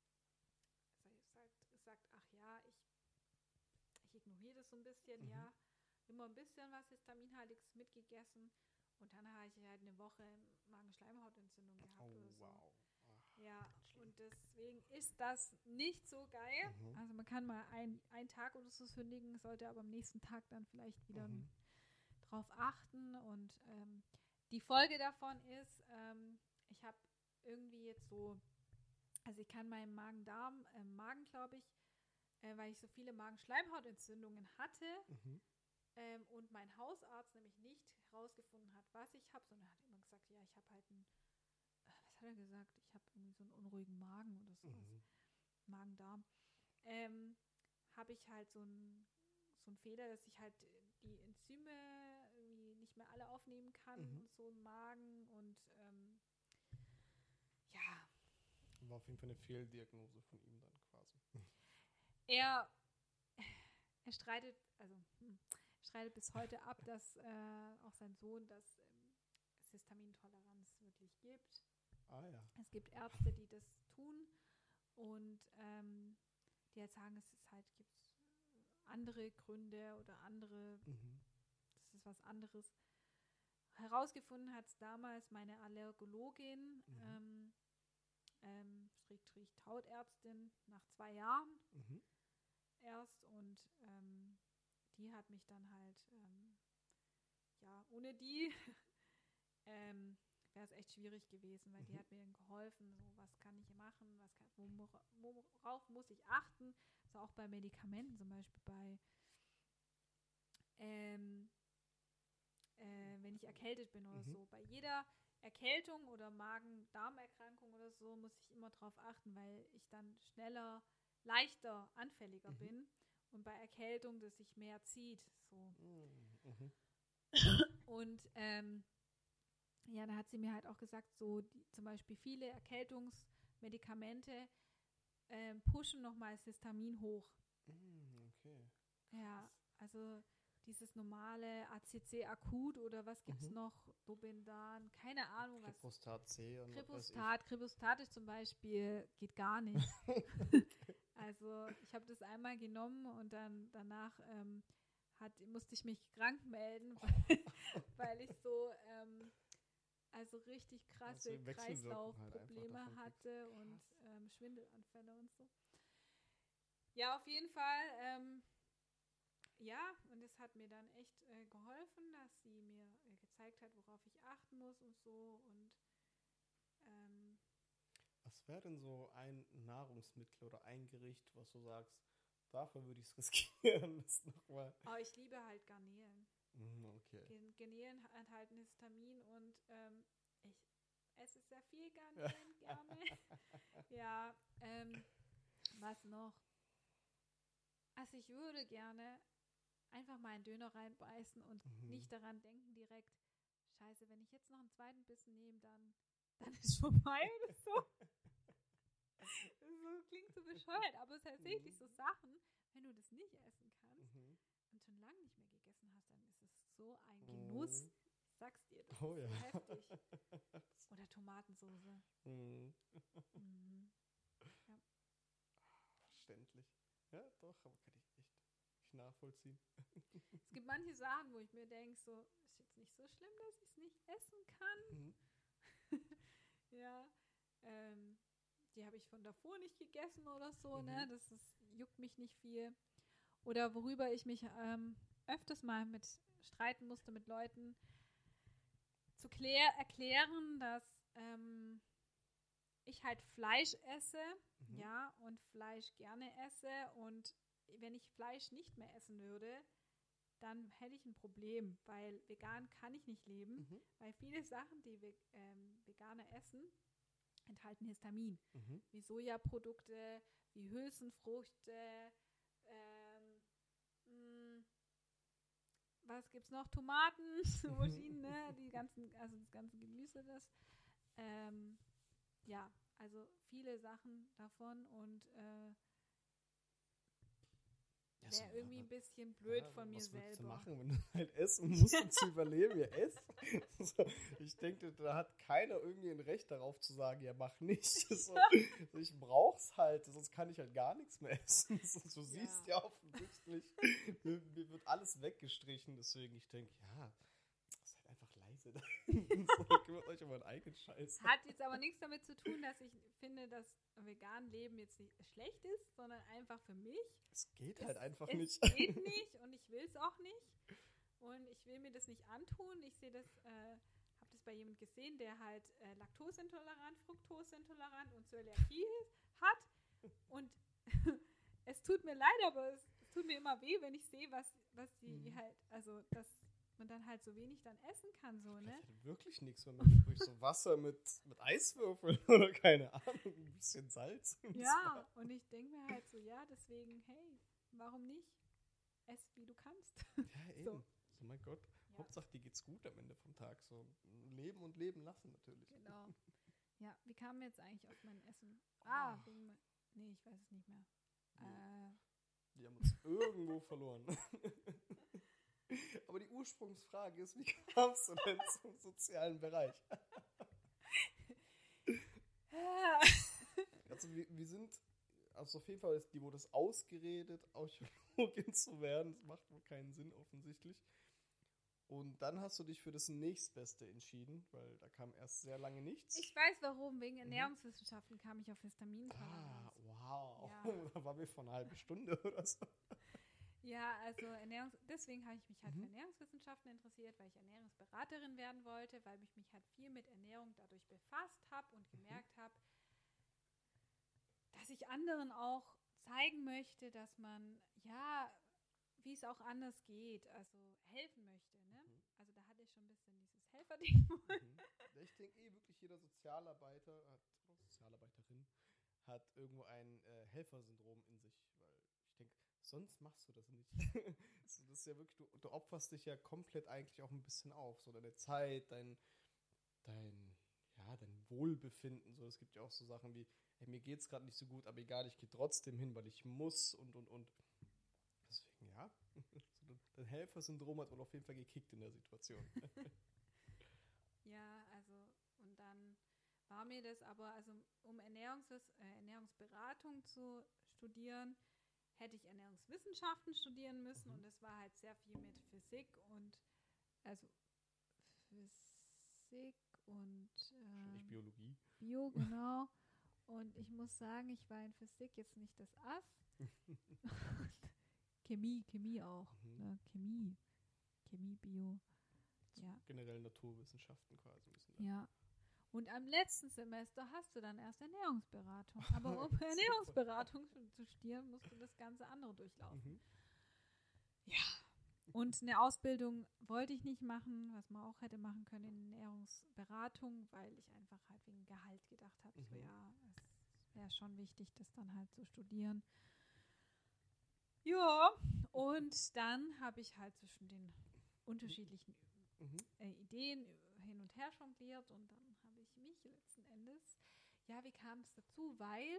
sagt, sagt, ach ja, ich, ich ignoriere das so ein bisschen, Mhm. ja, immer ein bisschen was Histaminhaltiges mitgegessen und dann habe ich halt eine Woche Magenschleimhautentzündung gehabt Oh, oder so. wow. Ach, Ja, ganz schlimm. und deswegen ist das nicht so geil. Mhm. Also man kann mal ein, einen Tag oder so sündigen, sollte aber am nächsten Tag dann vielleicht wieder Mhm. drauf achten. Und ähm, die Folge davon ist, ähm, ich habe irgendwie jetzt so, also ich kann meinen Magen-Darm, äh, Magen glaube ich, äh, weil ich so viele Magenschleimhautentzündungen hatte Mhm. ähm, und mein Hausarzt nämlich nicht herausgefunden hat, was ich habe, sondern hat immer gesagt, ja, ich habe halt einen, äh, was hat er gesagt? Ich habe irgendwie so einen unruhigen Magen oder sowas. Mhm. Magen-Darm. Ähm, habe ich halt so einen so einen Fehler, dass ich halt die Enzyme irgendwie nicht mehr alle aufnehmen kann Mhm. und so im Magen und ähm, ja, War auf jeden Fall eine Fehldiagnose von ihm dann quasi. er er streitet, also hm, streitet bis heute ab, dass äh, auch sein Sohn, dass ähm, es Histaminintoleranz wirklich gibt. Ah ja. Es gibt Ärzte, die das tun und ähm, die halt sagen, es ist halt, gibt andere Gründe oder andere, Mhm. das ist was anderes. Herausgefunden hat es damals meine Allergologin, Mhm. ähm, ähm, Schrägstrich Hautärztin, nach zwei Jahren Mhm. erst und ähm, die hat mich dann halt, ähm, ja, ohne die ähm, wäre es echt schwierig gewesen, weil die Mhm. hat mir dann geholfen, so was kann ich machen, was kann, worauf muss ich achten, so auch bei Medikamenten, zum Beispiel bei ähm, äh, wenn ich erkältet bin oder Mhm. so. Bei jeder Erkältung oder Magen-Darm-Erkrankung oder so muss ich immer drauf achten, weil ich dann schneller, leichter anfälliger Mhm. bin und bei Erkältung, dass sich mehr zieht. So. Mhm. Und ähm, ja, da hat sie mir halt auch gesagt, so die, zum Beispiel viele Erkältungsmedikamente ähm, pushen nochmal das Histamin hoch. Mhm. Okay. Ja, also dieses normale A C C akut oder was gibt's Mhm. noch? Dobendan, keine Ahnung was. Kripostat C und was weiß ich. Kripostat, Kripostat ist zum Beispiel, geht gar nicht. Also ich habe das einmal genommen und dann danach ähm, hat, musste ich mich krank melden, weil, weil ich so ähm, also richtig krasse Also Kreislaufprobleme halt hatte und ähm, Schwindelanfälle und so. Ja, auf jeden Fall. Ähm, ja, und es hat mir dann echt äh, geholfen, dass sie mir äh, gezeigt hat, worauf ich achten muss und so. Und ähm, was wäre denn so ein Nahrungsmittel oder ein Gericht, was du sagst, dafür würde ich es riskieren, das nochmal. oh, ich liebe halt Garnelen. Mm, okay. Gen- Garnelen enthalten Histamin und ähm, ich esse sehr viel Garnelen gerne. Ja, ähm, was noch? Also ich würde gerne einfach mal einen Döner reinbeißen und Mhm. nicht daran denken direkt, scheiße, wenn ich jetzt noch einen zweiten Bissen nehme, dann, dann ist vorbei oder so. So klingt so bescheuert, aber tatsächlich so Sachen, wenn du das nicht essen kannst Mhm. und schon lange nicht mehr gegessen hast, dann ist es so ein Genuss. Mhm. Ich sag's dir, das Oh ist ja. so heftig. Oder Tomatensoße. Mhm. Mhm. Ja. Verständlich. Ja, doch, aber kann ich echt nicht nachvollziehen. Es gibt manche Sachen, wo ich mir denke, so, ist jetzt nicht so schlimm, dass ich es nicht essen kann. Mhm. Ja, ähm, die habe ich von davor nicht gegessen oder so, Mhm. ne? Das ist, juckt mich nicht viel. Oder worüber ich mich ähm, öfters mal mit streiten musste mit Leuten, zu klär, erklären, dass ähm, ich halt Fleisch esse, Mhm. ja, und Fleisch gerne esse. Und wenn ich Fleisch nicht mehr essen würde, dann hätte ich ein Problem, weil vegan kann ich nicht leben, Mhm. weil viele Sachen, die wir, ähm, Veganer essen, enthalten Histamin. Mhm. Wie Sojaprodukte, wie Hülsenfrüchte, ähm, mh, was gibt's noch? Tomaten, Auberginen, ne? Die ganzen, also das ganze Gemüse, das. Ähm, ja, also viele Sachen davon und äh, Ja, so, wäre irgendwie wa- ein bisschen blöd ja, von mir was willst du selber. machen, wenn du halt essen musst, um zu überleben? Ja, ess. So, ich denke, da hat keiner irgendwie ein Recht darauf zu sagen, ja, mach nicht. So, ich brauch's halt, sonst kann ich halt gar nichts mehr essen. So, du siehst ja offensichtlich, mir, mir wird alles weggestrichen, deswegen ich denke, ja, seid einfach leise. So, kümmert euch um euren eigenen Scheiß. Hat jetzt aber nichts damit zu tun, dass ich finde, dass vegan Leben jetzt nicht schlecht ist, sondern einfach für mich. Es geht Es, halt einfach es nicht. Es geht nicht und ich will es auch nicht. Und ich will mir das nicht antun. Ich sehe das, äh, habe das bei jemandem gesehen, der halt äh, Laktoseintolerant, Fructoseintolerant und Zöliakie hat. Und es tut mir leid, aber es, es tut mir immer weh, wenn ich sehe, was, was die Mhm. halt, also dass man dann halt so wenig dann essen kann, so, ne? Vielleicht halt wirklich nichts, wenn man übrig so Wasser mit, mit Eiswürfeln oder keine Ahnung, ein bisschen Salz. Und Ja, und ich denke mir halt so, ja, deswegen, hey, warum nicht? Ess, wie du kannst. so. Ja, eben. So. So, mein Gott. Ja. Hauptsache, dir geht's gut am Ende vom Tag. So leben und leben lassen natürlich. Genau. Ja, wie kam jetzt eigentlich auf mein Essen? Ah, wegen mein, nee, ich weiß es nicht mehr. Nee. Äh, Die haben uns irgendwo verloren. Aber die Ursprungsfrage ist, wie kamst du denn zum sozialen Bereich? Also wir, wir sind, also auf jeden Fall ist die wurde es ausgeredet, Archäologin zu werden. Das macht wohl keinen Sinn offensichtlich. Und dann hast du dich für das nächstbeste entschieden, weil da kam erst sehr lange nichts. ich weiß warum, wegen Ernährungswissenschaften kam ich auf Histamintoleranz. Ah, wow. Ja. Da waren wir vor einer halben Stunde oder so. Ja, also Ernährungs deswegen habe ich mich halt Mhm. für Ernährungswissenschaften interessiert, weil ich Ernährungsberaterin werden wollte, weil ich mich halt viel mit Ernährung dadurch befasst habe und gemerkt habe, dass ich anderen auch zeigen möchte, dass man, ja, wie es auch anders geht, also helfen möchte. Ne? Mhm. Also da hatte ich schon ein bisschen dieses Helferding. Mhm. Ich denke eh wirklich, jeder Sozialarbeiter hat, oder Sozialarbeiterin hat irgendwo ein äh, Helfersyndrom in sich, weil ich denke, sonst machst du das nicht. So, das ist ja wirklich, du, du opferst dich ja komplett eigentlich auch ein bisschen auf, so deine Zeit, dein, dein, ja, dein Wohlbefinden, so, es gibt ja auch so Sachen wie, hey, mir geht's gerade nicht so gut, aber egal, ich gehe trotzdem hin, weil ich muss und, und, und. Deswegen, ja, so, dein Helfersyndrom hat wohl auf jeden Fall gekickt in der Situation. Ja, also und dann war mir das aber, also um Ernährungs äh, Ernährungsberatung zu studieren, hätte ich Ernährungswissenschaften studieren müssen Mhm. und es war halt sehr viel mit Physik und also Physik und Wahrscheinlich ähm, Biologie. Bio, genau. Und ich muss sagen, ich war in Physik jetzt nicht das Ass. Chemie, Chemie auch. Mhm. Ne? Chemie, Chemie, Bio. Ja. Generell Naturwissenschaften quasi müssen da. Ja. Und am letzten Semester hast du dann erst Ernährungsberatung. Aber um Super. Ernährungsberatung zu zu studieren, musst du das ganze andere durchlaufen. Mhm. Und eine Ausbildung wollte ich nicht machen, was man auch hätte machen können in Ernährungsberatung, weil ich einfach halt wegen Gehalt gedacht habe, so Mhm. ja, es wäre schon wichtig, das dann halt zu studieren. Ja, und dann habe ich halt zwischen den unterschiedlichen Mhm. äh, Ideen hin und her jongliert und dann habe ich mich letzten Endes, ja, wie kam es dazu? Weil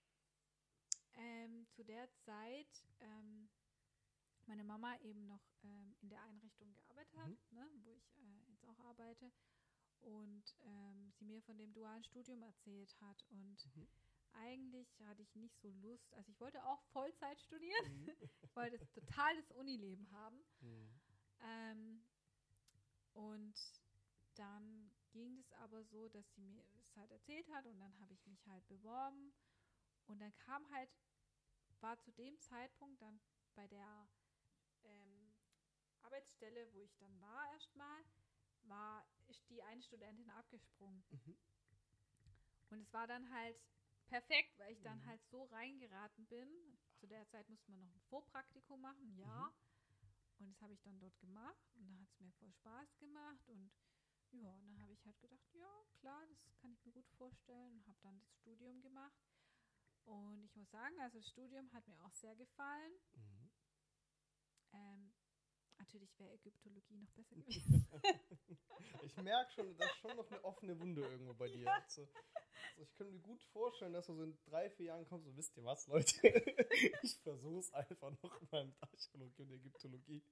ähm, zu der Zeit ähm, meine Mama eben noch ähm, in der Einrichtung gearbeitet hat, Mhm. ne, wo ich äh, jetzt auch arbeite und ähm, sie mir von dem dualen Studium erzählt hat und Mhm. eigentlich hatte ich nicht so Lust, also ich wollte auch Vollzeit studieren, Mhm. ich wollte das, total das Unileben haben. Mhm. Ähm, und dann ging es aber so, dass sie mir es halt erzählt hat und dann habe ich mich halt beworben und dann kam halt, war zu dem Zeitpunkt dann bei der ähm, Arbeitsstelle, wo ich dann war erstmal, war, ist die eine Studentin abgesprungen. Mhm. Und es war dann halt perfekt, weil ich dann Mhm. halt so reingeraten bin. Zu der Zeit musste man noch ein Vorpraktikum machen, ja. Mhm. Und das habe ich dann dort gemacht und da hat es mir voll Spaß gemacht und ja, und dann habe ich halt gedacht, ja, klar, das kann ich mir gut vorstellen und habe dann das Studium gemacht. Und ich muss sagen, also das Studium hat mir auch sehr gefallen. Mhm. Ähm, natürlich wäre Ägyptologie noch besser gewesen. Ich merke schon, da ist schon noch eine offene Wunde irgendwo bei dir. Ja. Also, also ich könnte mir gut vorstellen, dass du so in drei, vier Jahren kommst und wisst ihr was, Leute? Ich versuch's einfach noch mal mit Archäologie und Ägyptologie.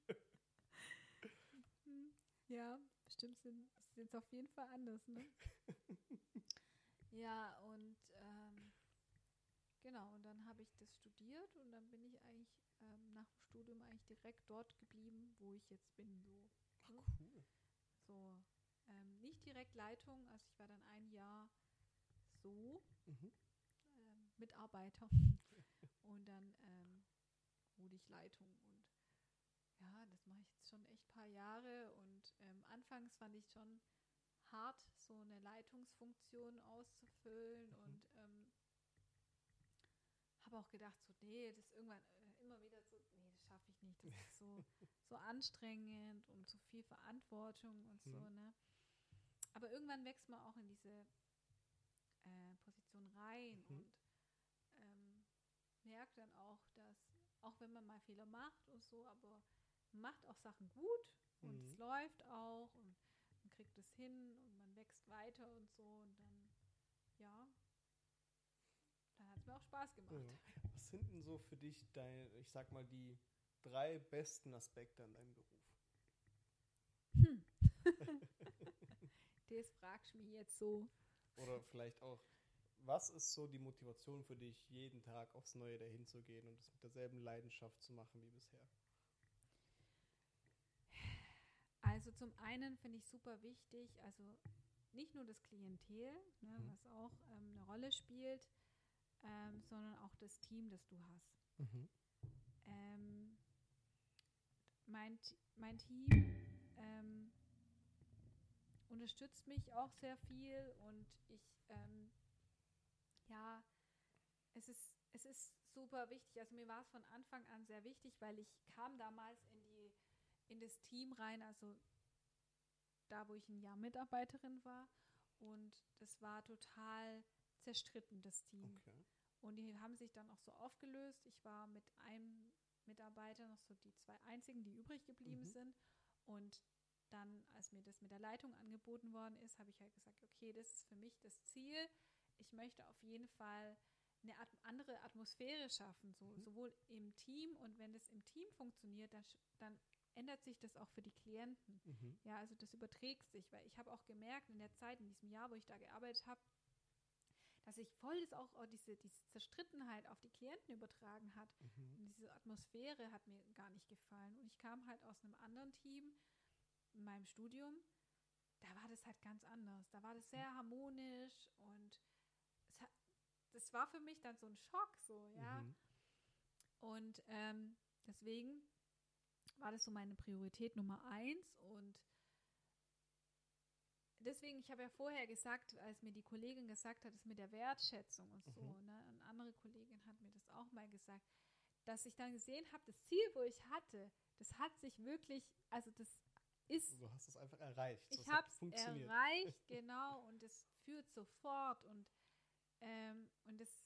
Hm, ja, bestimmt sind es jetzt auf jeden Fall anders, ne? Ja, und ähm, genau, und dann habe ich das studiert und dann bin ich eigentlich ähm, nach dem Studium eigentlich direkt dort geblieben, wo ich jetzt bin. So, ne? Ach, cool. So ähm, nicht direkt Leitung, also ich war dann ein Jahr so Mhm. ähm, Mitarbeiter und dann ähm, wurde ich Leitung und ja, das mache ich jetzt schon echt ein paar Jahre und ähm, anfangs fand ich schon hart, so eine Leitungsfunktion auszufüllen Mhm. und ähm, habe auch gedacht, so, nee, das irgendwann äh, immer wieder so, nee, das schaffe ich nicht, das ist so, so anstrengend und so viel Verantwortung und so, Mhm. ne. Aber irgendwann wächst man auch in diese äh, Position rein Mhm. und ähm, merkt dann auch, dass, auch wenn man mal Fehler macht und so, aber man macht auch Sachen gut und es Mhm. läuft auch und man kriegt es hin und man wächst weiter und so und dann, ja, dann hat es mir auch Spaß gemacht. Ja. Was sind denn so für dich deine, ich sag mal, die drei besten Aspekte an deinem Beruf? Hm. Das fragst du mich jetzt so. Oder vielleicht auch, was ist so die Motivation für dich, jeden Tag aufs Neue dahin zu gehen und es mit derselben Leidenschaft zu machen wie bisher? Also zum einen finde ich super wichtig, also nicht nur das Klientel, ne, Mhm. was auch ähm, eine Rolle spielt, ähm, sondern auch das Team, das du hast. Mhm. Ähm, mein, mein Team ähm, unterstützt mich auch sehr viel und ich, ähm, ja, es ist, es ist super wichtig. Also mir war es von Anfang an sehr wichtig, weil ich kam damals in die, in das Team rein, also da, wo ich ein Jahr Mitarbeiterin war und das war total zerstritten, das Team. Okay. Und die haben sich dann auch so aufgelöst. Ich war mit einem Mitarbeiter noch so die zwei einzigen, die übrig geblieben Mhm. sind. Und dann, als mir das mit der Leitung angeboten worden ist, habe ich halt gesagt, okay, das ist für mich das Ziel. Ich möchte auf jeden Fall eine At- andere Atmosphäre schaffen, so, Mhm. sowohl im Team und wenn das im Team funktioniert, dann, dann ändert sich das auch für die Klienten. Mhm. Ja, also das überträgt sich, weil ich habe auch gemerkt in der Zeit, in diesem Jahr, wo ich da gearbeitet habe, dass sich voll das auch, auch diese, diese Zerstrittenheit auf die Klienten übertragen hat. Mhm. Und diese Atmosphäre hat mir gar nicht gefallen. Und ich kam halt aus einem anderen Team in meinem Studium, da war das halt ganz anders. Da war das sehr harmonisch und es hat, das war für mich dann so ein Schock, so, ja. Mhm. Und ähm, deswegen war das so meine Priorität Nummer eins. Und deswegen, ich habe ja vorher gesagt, als mir die Kollegin gesagt hat, das mit der Wertschätzung und so, Mhm. ne, eine andere Kollegin hat mir das auch mal gesagt, dass ich dann gesehen habe, das Ziel, wo ich hatte, das hat sich wirklich, also das ist, Du hast es einfach erreicht. ich Das hat habe es funktioniert. erreicht, genau, und es führt sofort und ähm, und das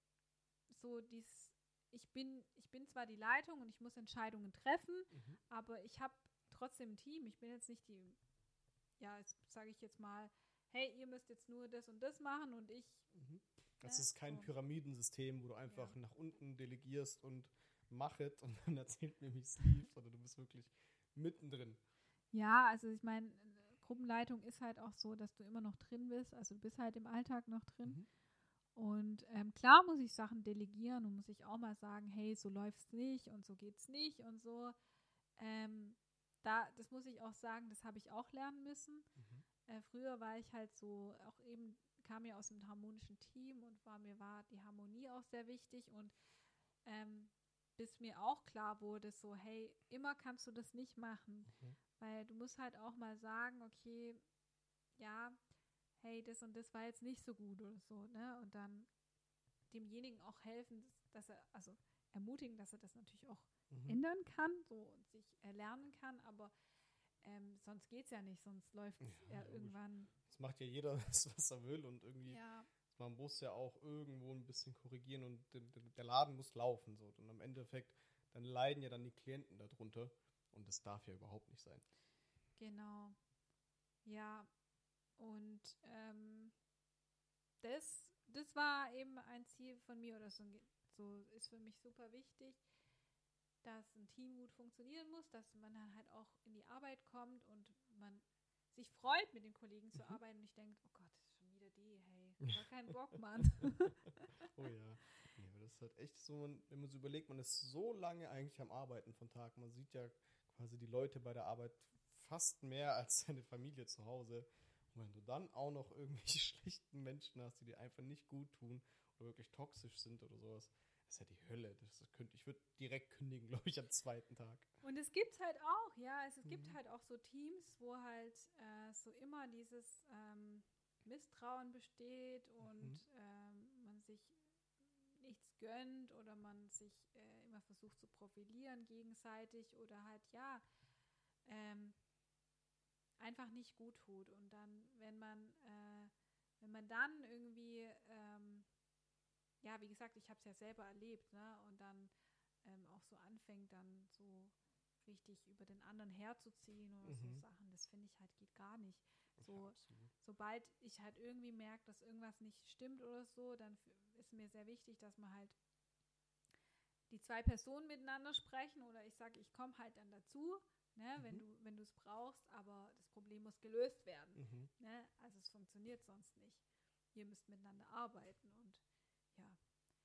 so dies, ich bin, ich bin zwar die Leitung und ich muss Entscheidungen treffen, Mhm. aber ich habe trotzdem ein Team. Ich bin jetzt nicht die, ja, jetzt sage ich jetzt mal, hey, ihr müsst jetzt nur das und das machen und ich. Mhm. Das Ne, ist kein so. Pyramidensystem, wo du einfach Ja. nach unten delegierst und machet und dann erzählt mir, wie es lief, sondern du bist wirklich mittendrin. Ja, also ich meine, Gruppenleitung ist halt auch so, dass du immer noch drin bist. Also du bist halt im Alltag noch drin. Mhm. Und ähm, klar muss ich Sachen delegieren und muss ich auch mal sagen, hey, so läuft's nicht und so geht's nicht und so. Ähm, da, das muss ich auch sagen, das habe ich auch lernen müssen. Mhm. Äh, früher war ich halt so, auch eben, kam ja aus einem harmonischen Team und war mir war die Harmonie auch sehr wichtig und ähm, bis mir auch klar wurde, so, hey, immer kannst du das nicht machen, Mhm. weil du musst halt auch mal sagen, okay, ja, hey, das und das war jetzt nicht so gut oder so, ne? Und dann demjenigen auch helfen, dass er, also ermutigen, dass er das natürlich auch Mhm. ändern kann, so und sich erlernen kann, aber ähm, sonst geht es ja nicht, sonst läuft es Ja, ja logisch. irgendwann. Das macht ja jeder, das, was er will und irgendwie, Ja, man muss ja auch irgendwo ein bisschen korrigieren und der, der Laden muss laufen. So. Und am Endeffekt, dann leiden ja dann die Klienten darunter und das darf ja überhaupt nicht sein. genau. Ja, und ähm, das, das war eben ein Ziel von mir oder so, so ist für mich super wichtig, dass ein Team gut funktionieren muss, dass man dann halt auch in die Arbeit kommt und man sich freut, mit den Kollegen zu Mhm. arbeiten und ich denke, oh Gott, schon wieder die, hey, gar keinen Bock, Mann. Oh ja. Nee, aber das ist halt echt so, wenn man so überlegt, man ist so lange eigentlich am Arbeiten von Tag. Man sieht ja quasi die Leute bei der Arbeit fast mehr als seine Familie zu Hause. Und wenn du dann auch noch irgendwelche schlechten Menschen hast, die dir einfach nicht gut tun oder wirklich toxisch sind oder sowas, das ist ja die Hölle. Das könnte, ich würde direkt kündigen, glaube ich, am zweiten Tag. Und es gibt halt auch, ja, also es gibt Mhm. halt auch so Teams, wo halt äh, so immer dieses ähm, Misstrauen besteht und Mhm. ähm, man sich nichts gönnt oder man sich äh, immer versucht zu profilieren gegenseitig oder halt, ja, ähm, einfach nicht gut tut. Und dann, wenn man, äh, wenn man dann irgendwie, ähm, ja, wie gesagt, ich habe es ja selber erlebt, ne, und dann ähm, auch so anfängt, dann so richtig über den anderen herzuziehen oder so Mhm. Sachen, das finde ich halt geht gar nicht. Ja, So, absolut. sobald ich halt irgendwie merke, dass irgendwas nicht stimmt oder so, dann ist mir sehr wichtig, dass man halt die zwei Personen miteinander sprechen oder ich sage, ich komme halt dann dazu, ne, Mhm. wenn du wenn du es brauchst, aber das Problem muss gelöst werden. Mhm. Ne? Also es funktioniert sonst nicht. Ihr müsst miteinander arbeiten und ja.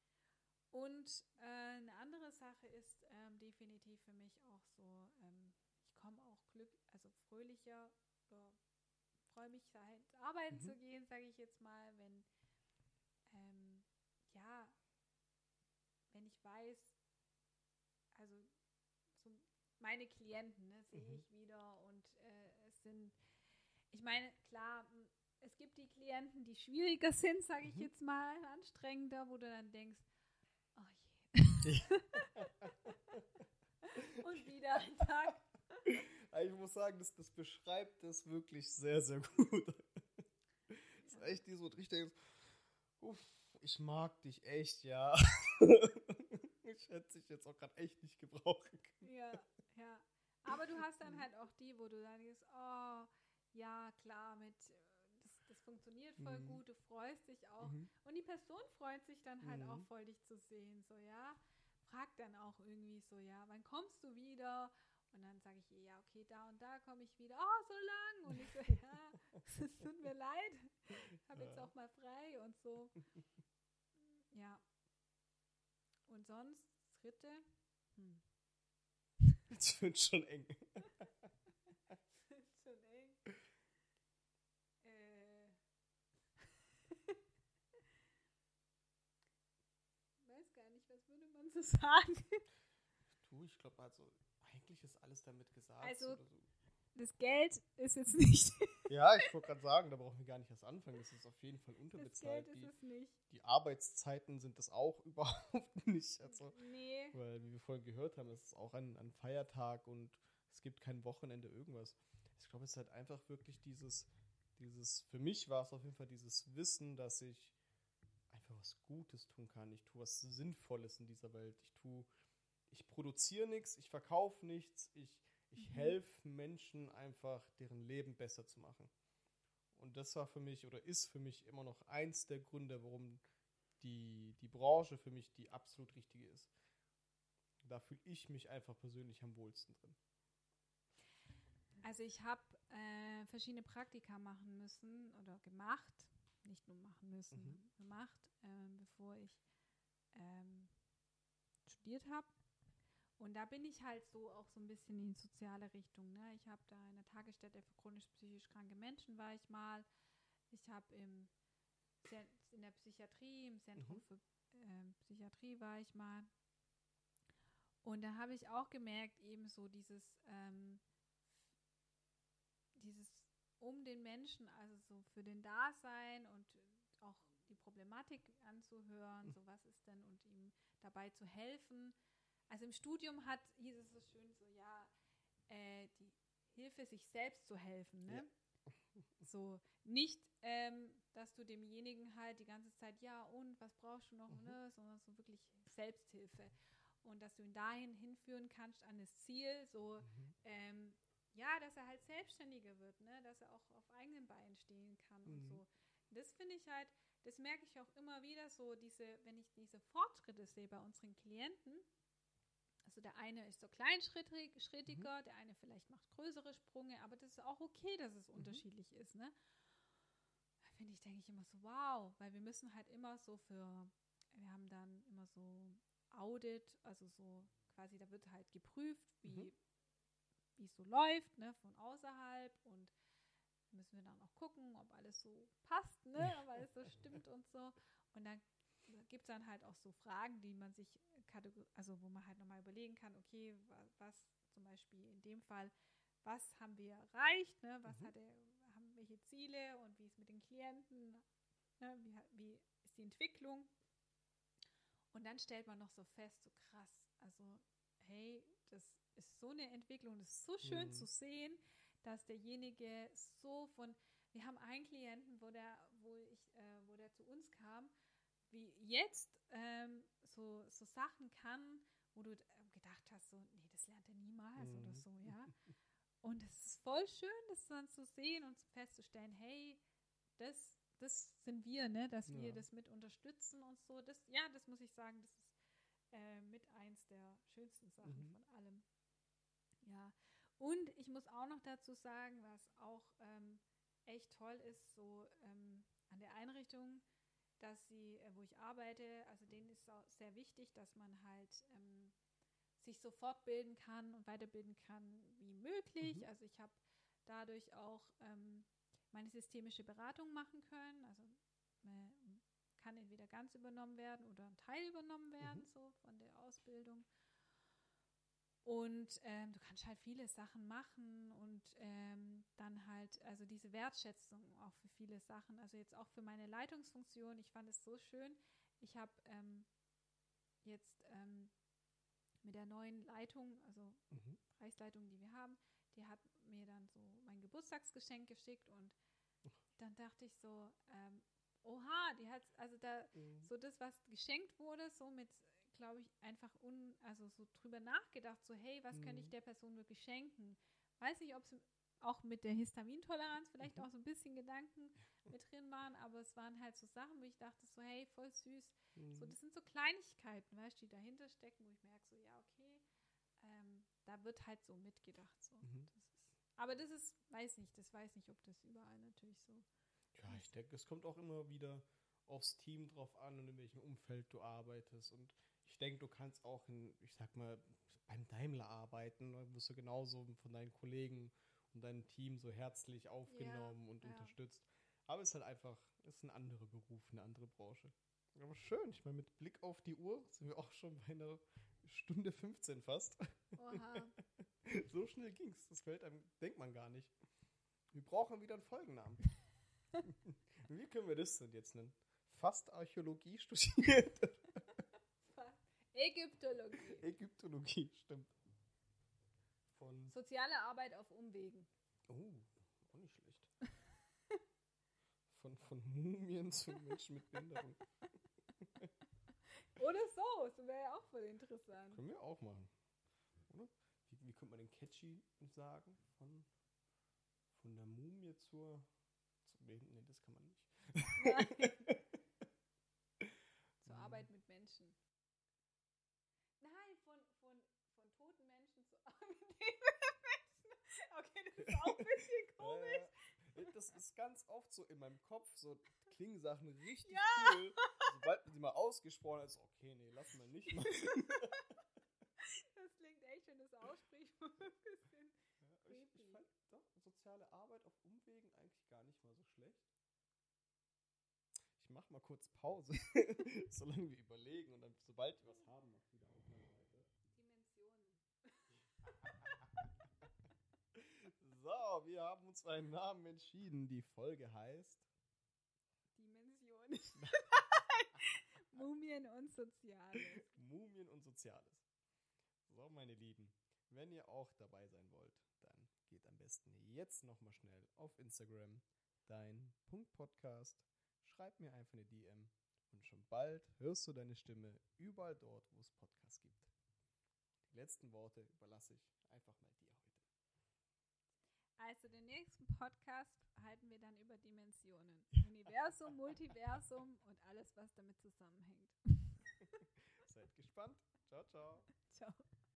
Und äh, eine andere Sache ist ähm, definitiv für mich auch so, ähm, ich komme auch glück, also fröhlicher oder freue mich dahin arbeiten Mhm. zu gehen, sage ich jetzt mal, wenn ähm, ja, wenn ich weiß, also so meine Klienten, ne, sehe Mhm. ich wieder und äh, es sind, ich meine, klar, m, es gibt die Klienten, die schwieriger sind, sage ich Mhm. jetzt mal, anstrengender, wo du dann denkst, oh je. Und wieder ein Tag. Ich muss sagen, das, das beschreibt es wirklich sehr, sehr gut. Das ist echt die so richtig, uff, ich mag dich echt, ja. Ich hätte dich jetzt auch gerade echt nicht gebrauchen können. Ja, ja. Aber du hast dann halt auch die, wo du dann denkst, oh, ja, klar, mit, äh, das, das funktioniert voll Mhm. gut, du freust dich auch. Mhm. Und die Person freut sich dann halt auch Mhm. voll, dich zu sehen, so, ja. Fragt dann auch irgendwie so, ja, wann kommst du wieder? Und dann sage ich ihr, ja, okay, da und da komme ich wieder. Oh, so lang. Und ich so, ja. Es tut mir leid. Ich habe Ja. jetzt auch mal frei und so. Ja. Und sonst, das dritte? Hm. Jetzt wird schon eng. Schon eng. Äh. Weiß gar nicht, was würde man so sagen? Du, ich glaube, also eigentlich ist alles damit gesagt. Also- oder so. Das Geld ist jetzt nicht. Ja, ich wollte gerade sagen, da brauchen wir gar nicht erst anfangen. Das ist auf jeden Fall Das unterbezahlt. Geld ist Die, es nicht. die Arbeitszeiten sind das auch überhaupt nicht. Also, Nee. weil, wie wir vorhin gehört haben, es ist auch ein, ein Feiertag und es gibt kein Wochenende irgendwas. Ich glaube, es ist halt einfach wirklich dieses, dieses, für mich war es auf jeden Fall dieses Wissen, dass ich einfach was Gutes tun kann. Ich tue was Sinnvolles in dieser Welt. Ich tue, ich produziere nichts, ich verkaufe nichts, ich, ich Mhm. helfe Menschen einfach, deren Leben besser zu machen. Und das war für mich oder ist für mich immer noch eins der Gründe, warum die, die Branche für mich die absolut richtige ist. Da fühle ich mich einfach persönlich am wohlsten drin. Also ich habe äh, verschiedene Praktika machen müssen oder gemacht, nicht nur machen müssen, Mhm. gemacht, ähm, bevor ich ähm, studiert habe. Und da bin ich halt so auch so ein bisschen in die soziale Richtung. Ne? Ich habe da in der Tagesstätte für chronisch psychisch kranke Menschen war ich mal. Ich habe im Zen- in der Psychiatrie, im Zentrum Mhm. für ähm, Psychiatrie war ich mal. Und da habe ich auch gemerkt, eben so dieses, ähm, dieses um den Menschen, also so für den Dasein und auch die Problematik anzuhören, so was ist denn und ihm dabei zu helfen. Also im Studium hat, hieß es so schön so, ja, äh, die Hilfe, sich selbst zu helfen, ne? So, nicht, ähm, dass du demjenigen halt die ganze Zeit, ja und, was brauchst du noch, Mhm. ne? Sondern so wirklich Selbsthilfe. Und dass du ihn dahin hinführen kannst an das Ziel, so, Mhm. ähm, ja, dass er halt selbstständiger wird, ne? Dass er auch auf eigenen Beinen stehen kann und Mhm. so. Das finde ich halt, das merke ich auch immer wieder so, diese, wenn ich diese Fortschritte sehe bei unseren Klienten. Also der eine ist so kleinschrittiger, Mhm. der eine vielleicht macht größere Sprünge, aber das ist auch okay, dass es Mhm. unterschiedlich ist, ne? Da finde ich, denke ich immer so, wow, weil wir müssen halt immer so für, wir haben dann immer so Audit, also so quasi, da wird halt geprüft, Mhm. wie wie es so läuft, ne, von außerhalb und müssen wir dann auch gucken, ob alles so passt, ne, Ja. ob alles so stimmt und so. Und dann gibt es dann halt auch so Fragen, die man sich, kategor- also wo man halt nochmal überlegen kann, okay, wa- was zum Beispiel in dem Fall, was haben wir erreicht, ne, was Mhm. hat er, haben welche Ziele und wie ist mit den Klienten, ne, wie, hat- wie ist die Entwicklung. Und dann stellt man noch so fest, so krass, also hey, das ist so eine Entwicklung, das ist so schön Mhm. zu sehen, dass derjenige so von, wir haben einen Klienten, wo der, wo ich, äh, wo der zu uns kam, wie jetzt ähm, so, so Sachen kann, wo du äh, gedacht hast, so, nee, das lernt er niemals oder Mhm. so, ja. Und es ist voll schön, das dann zu sehen und festzustellen, hey, das, das sind wir, ne, dass wir Ja. das mit unterstützen und so. Das, ja, das muss ich sagen, das ist äh, mit eins der schönsten Sachen Mhm. von allem. Ja. Und ich muss auch noch dazu sagen, was auch ähm, echt toll ist, so ähm, an der Einrichtung, dass sie, äh, wo ich arbeite, also denen ist auch sehr wichtig, dass man halt ähm, sich so fortbilden kann und weiterbilden kann wie möglich. Mhm. Also ich habe dadurch auch ähm, meine systemische Beratung machen können. Also äh, kann entweder ganz übernommen werden oder ein Teil übernommen werden, Mhm. so von der Ausbildung. Und ähm, du kannst halt viele Sachen machen und ähm, dann halt, also diese Wertschätzung auch für viele Sachen, also jetzt auch für meine Leitungsfunktion, ich fand es so schön. Ich habe ähm, jetzt ähm, mit der neuen Leitung, also Mhm. Bereichsleitung, die wir haben, die hat mir dann so mein Geburtstagsgeschenk geschickt und dann dachte ich so, ähm, oha, die hat, also da, Mhm. so das, was geschenkt wurde, so mit, glaube ich, einfach un, also so drüber nachgedacht, so hey, was könnte ich Mhm. der Person wirklich schenken? Weiß nicht, ob es auch mit der Histamintoleranz vielleicht Mhm. auch so ein bisschen Gedanken mit drin waren, aber es waren halt so Sachen, wo ich dachte so, hey, voll süß. So, Mhm. das sind so Kleinigkeiten, weißt du, die dahinter stecken, wo ich merke so, ja, okay, ähm, da wird halt so mitgedacht. So. Mhm. Das ist Aber das ist, weiß nicht, das weiß nicht, ob das überall natürlich so Ja, ich denke, es kommt auch immer wieder aufs Team drauf an und in welchem Umfeld du arbeitest. Und ich denke, du kannst auch in, ich sag mal, beim Daimler arbeiten. Da wirst du genauso von deinen Kollegen und deinem Team so herzlich aufgenommen Ja, und ja. unterstützt. Aber es ist halt einfach, es ist ein anderer Beruf, eine andere Branche. Aber schön, ich meine, mit Blick auf die Uhr sind wir auch schon bei einer Stunde fünfzehn fast. Oha. So schnell ging's. Das fällt einem, denkt man gar nicht. Wir brauchen wieder einen Folgennamen. Wie können wir das denn jetzt nennen? Fast Archäologie studiert. Ägyptologie. Ägyptologie, stimmt. Von. Soziale Arbeit auf Umwegen. Oh, auch nicht schlecht. Von, von Mumien zu Menschen mit Behinderung. Oder so, das wäre ja auch voll interessant. Können wir auch machen. Oder? Wie, wie könnte man den catchy sagen? Von, von der Mumie zur. zur Behinderung? Nee, das kann man nicht. Zur Arbeit mit Menschen. Nein, von, von, von toten Menschen zu Arbeit mit Menschen. Okay, das ist auch ein bisschen komisch. Äh, das ist ganz oft so in meinem Kopf, so klingen Sachen richtig Ja. cool. Sobald man sie mal ausgesprochen hat, ist okay, nee, lass mal nicht machen. Das klingt echt, wenn du es aussprichst, ein bisschen Ja, ich, creepy. ich fand doch soziale Arbeit auf Umwegen eigentlich gar nicht mal so schlecht. Ich mach mal kurz Pause, solange wir überlegen und dann, sobald wir was haben, mach wieder Aufnahme weiter. Dimensionen. So, wir haben uns für einen Namen entschieden. Die Folge heißt Dimensionen. Mumien und Soziales. Mumien und Soziales. So, meine Lieben, wenn ihr auch dabei sein wollt, dann geht am besten jetzt nochmal schnell auf Instagram, dein Punkt Podcast, schreib mir einfach eine D M und schon bald hörst du deine Stimme überall dort, wo es Podcasts gibt. Die letzten Worte überlasse ich einfach mal dir heute. Also den nächsten Podcast halten wir dann über Dimensionen. Universum, Multiversum und alles, was damit zusammenhängt. Seid gespannt. Ciao, ciao. Ciao.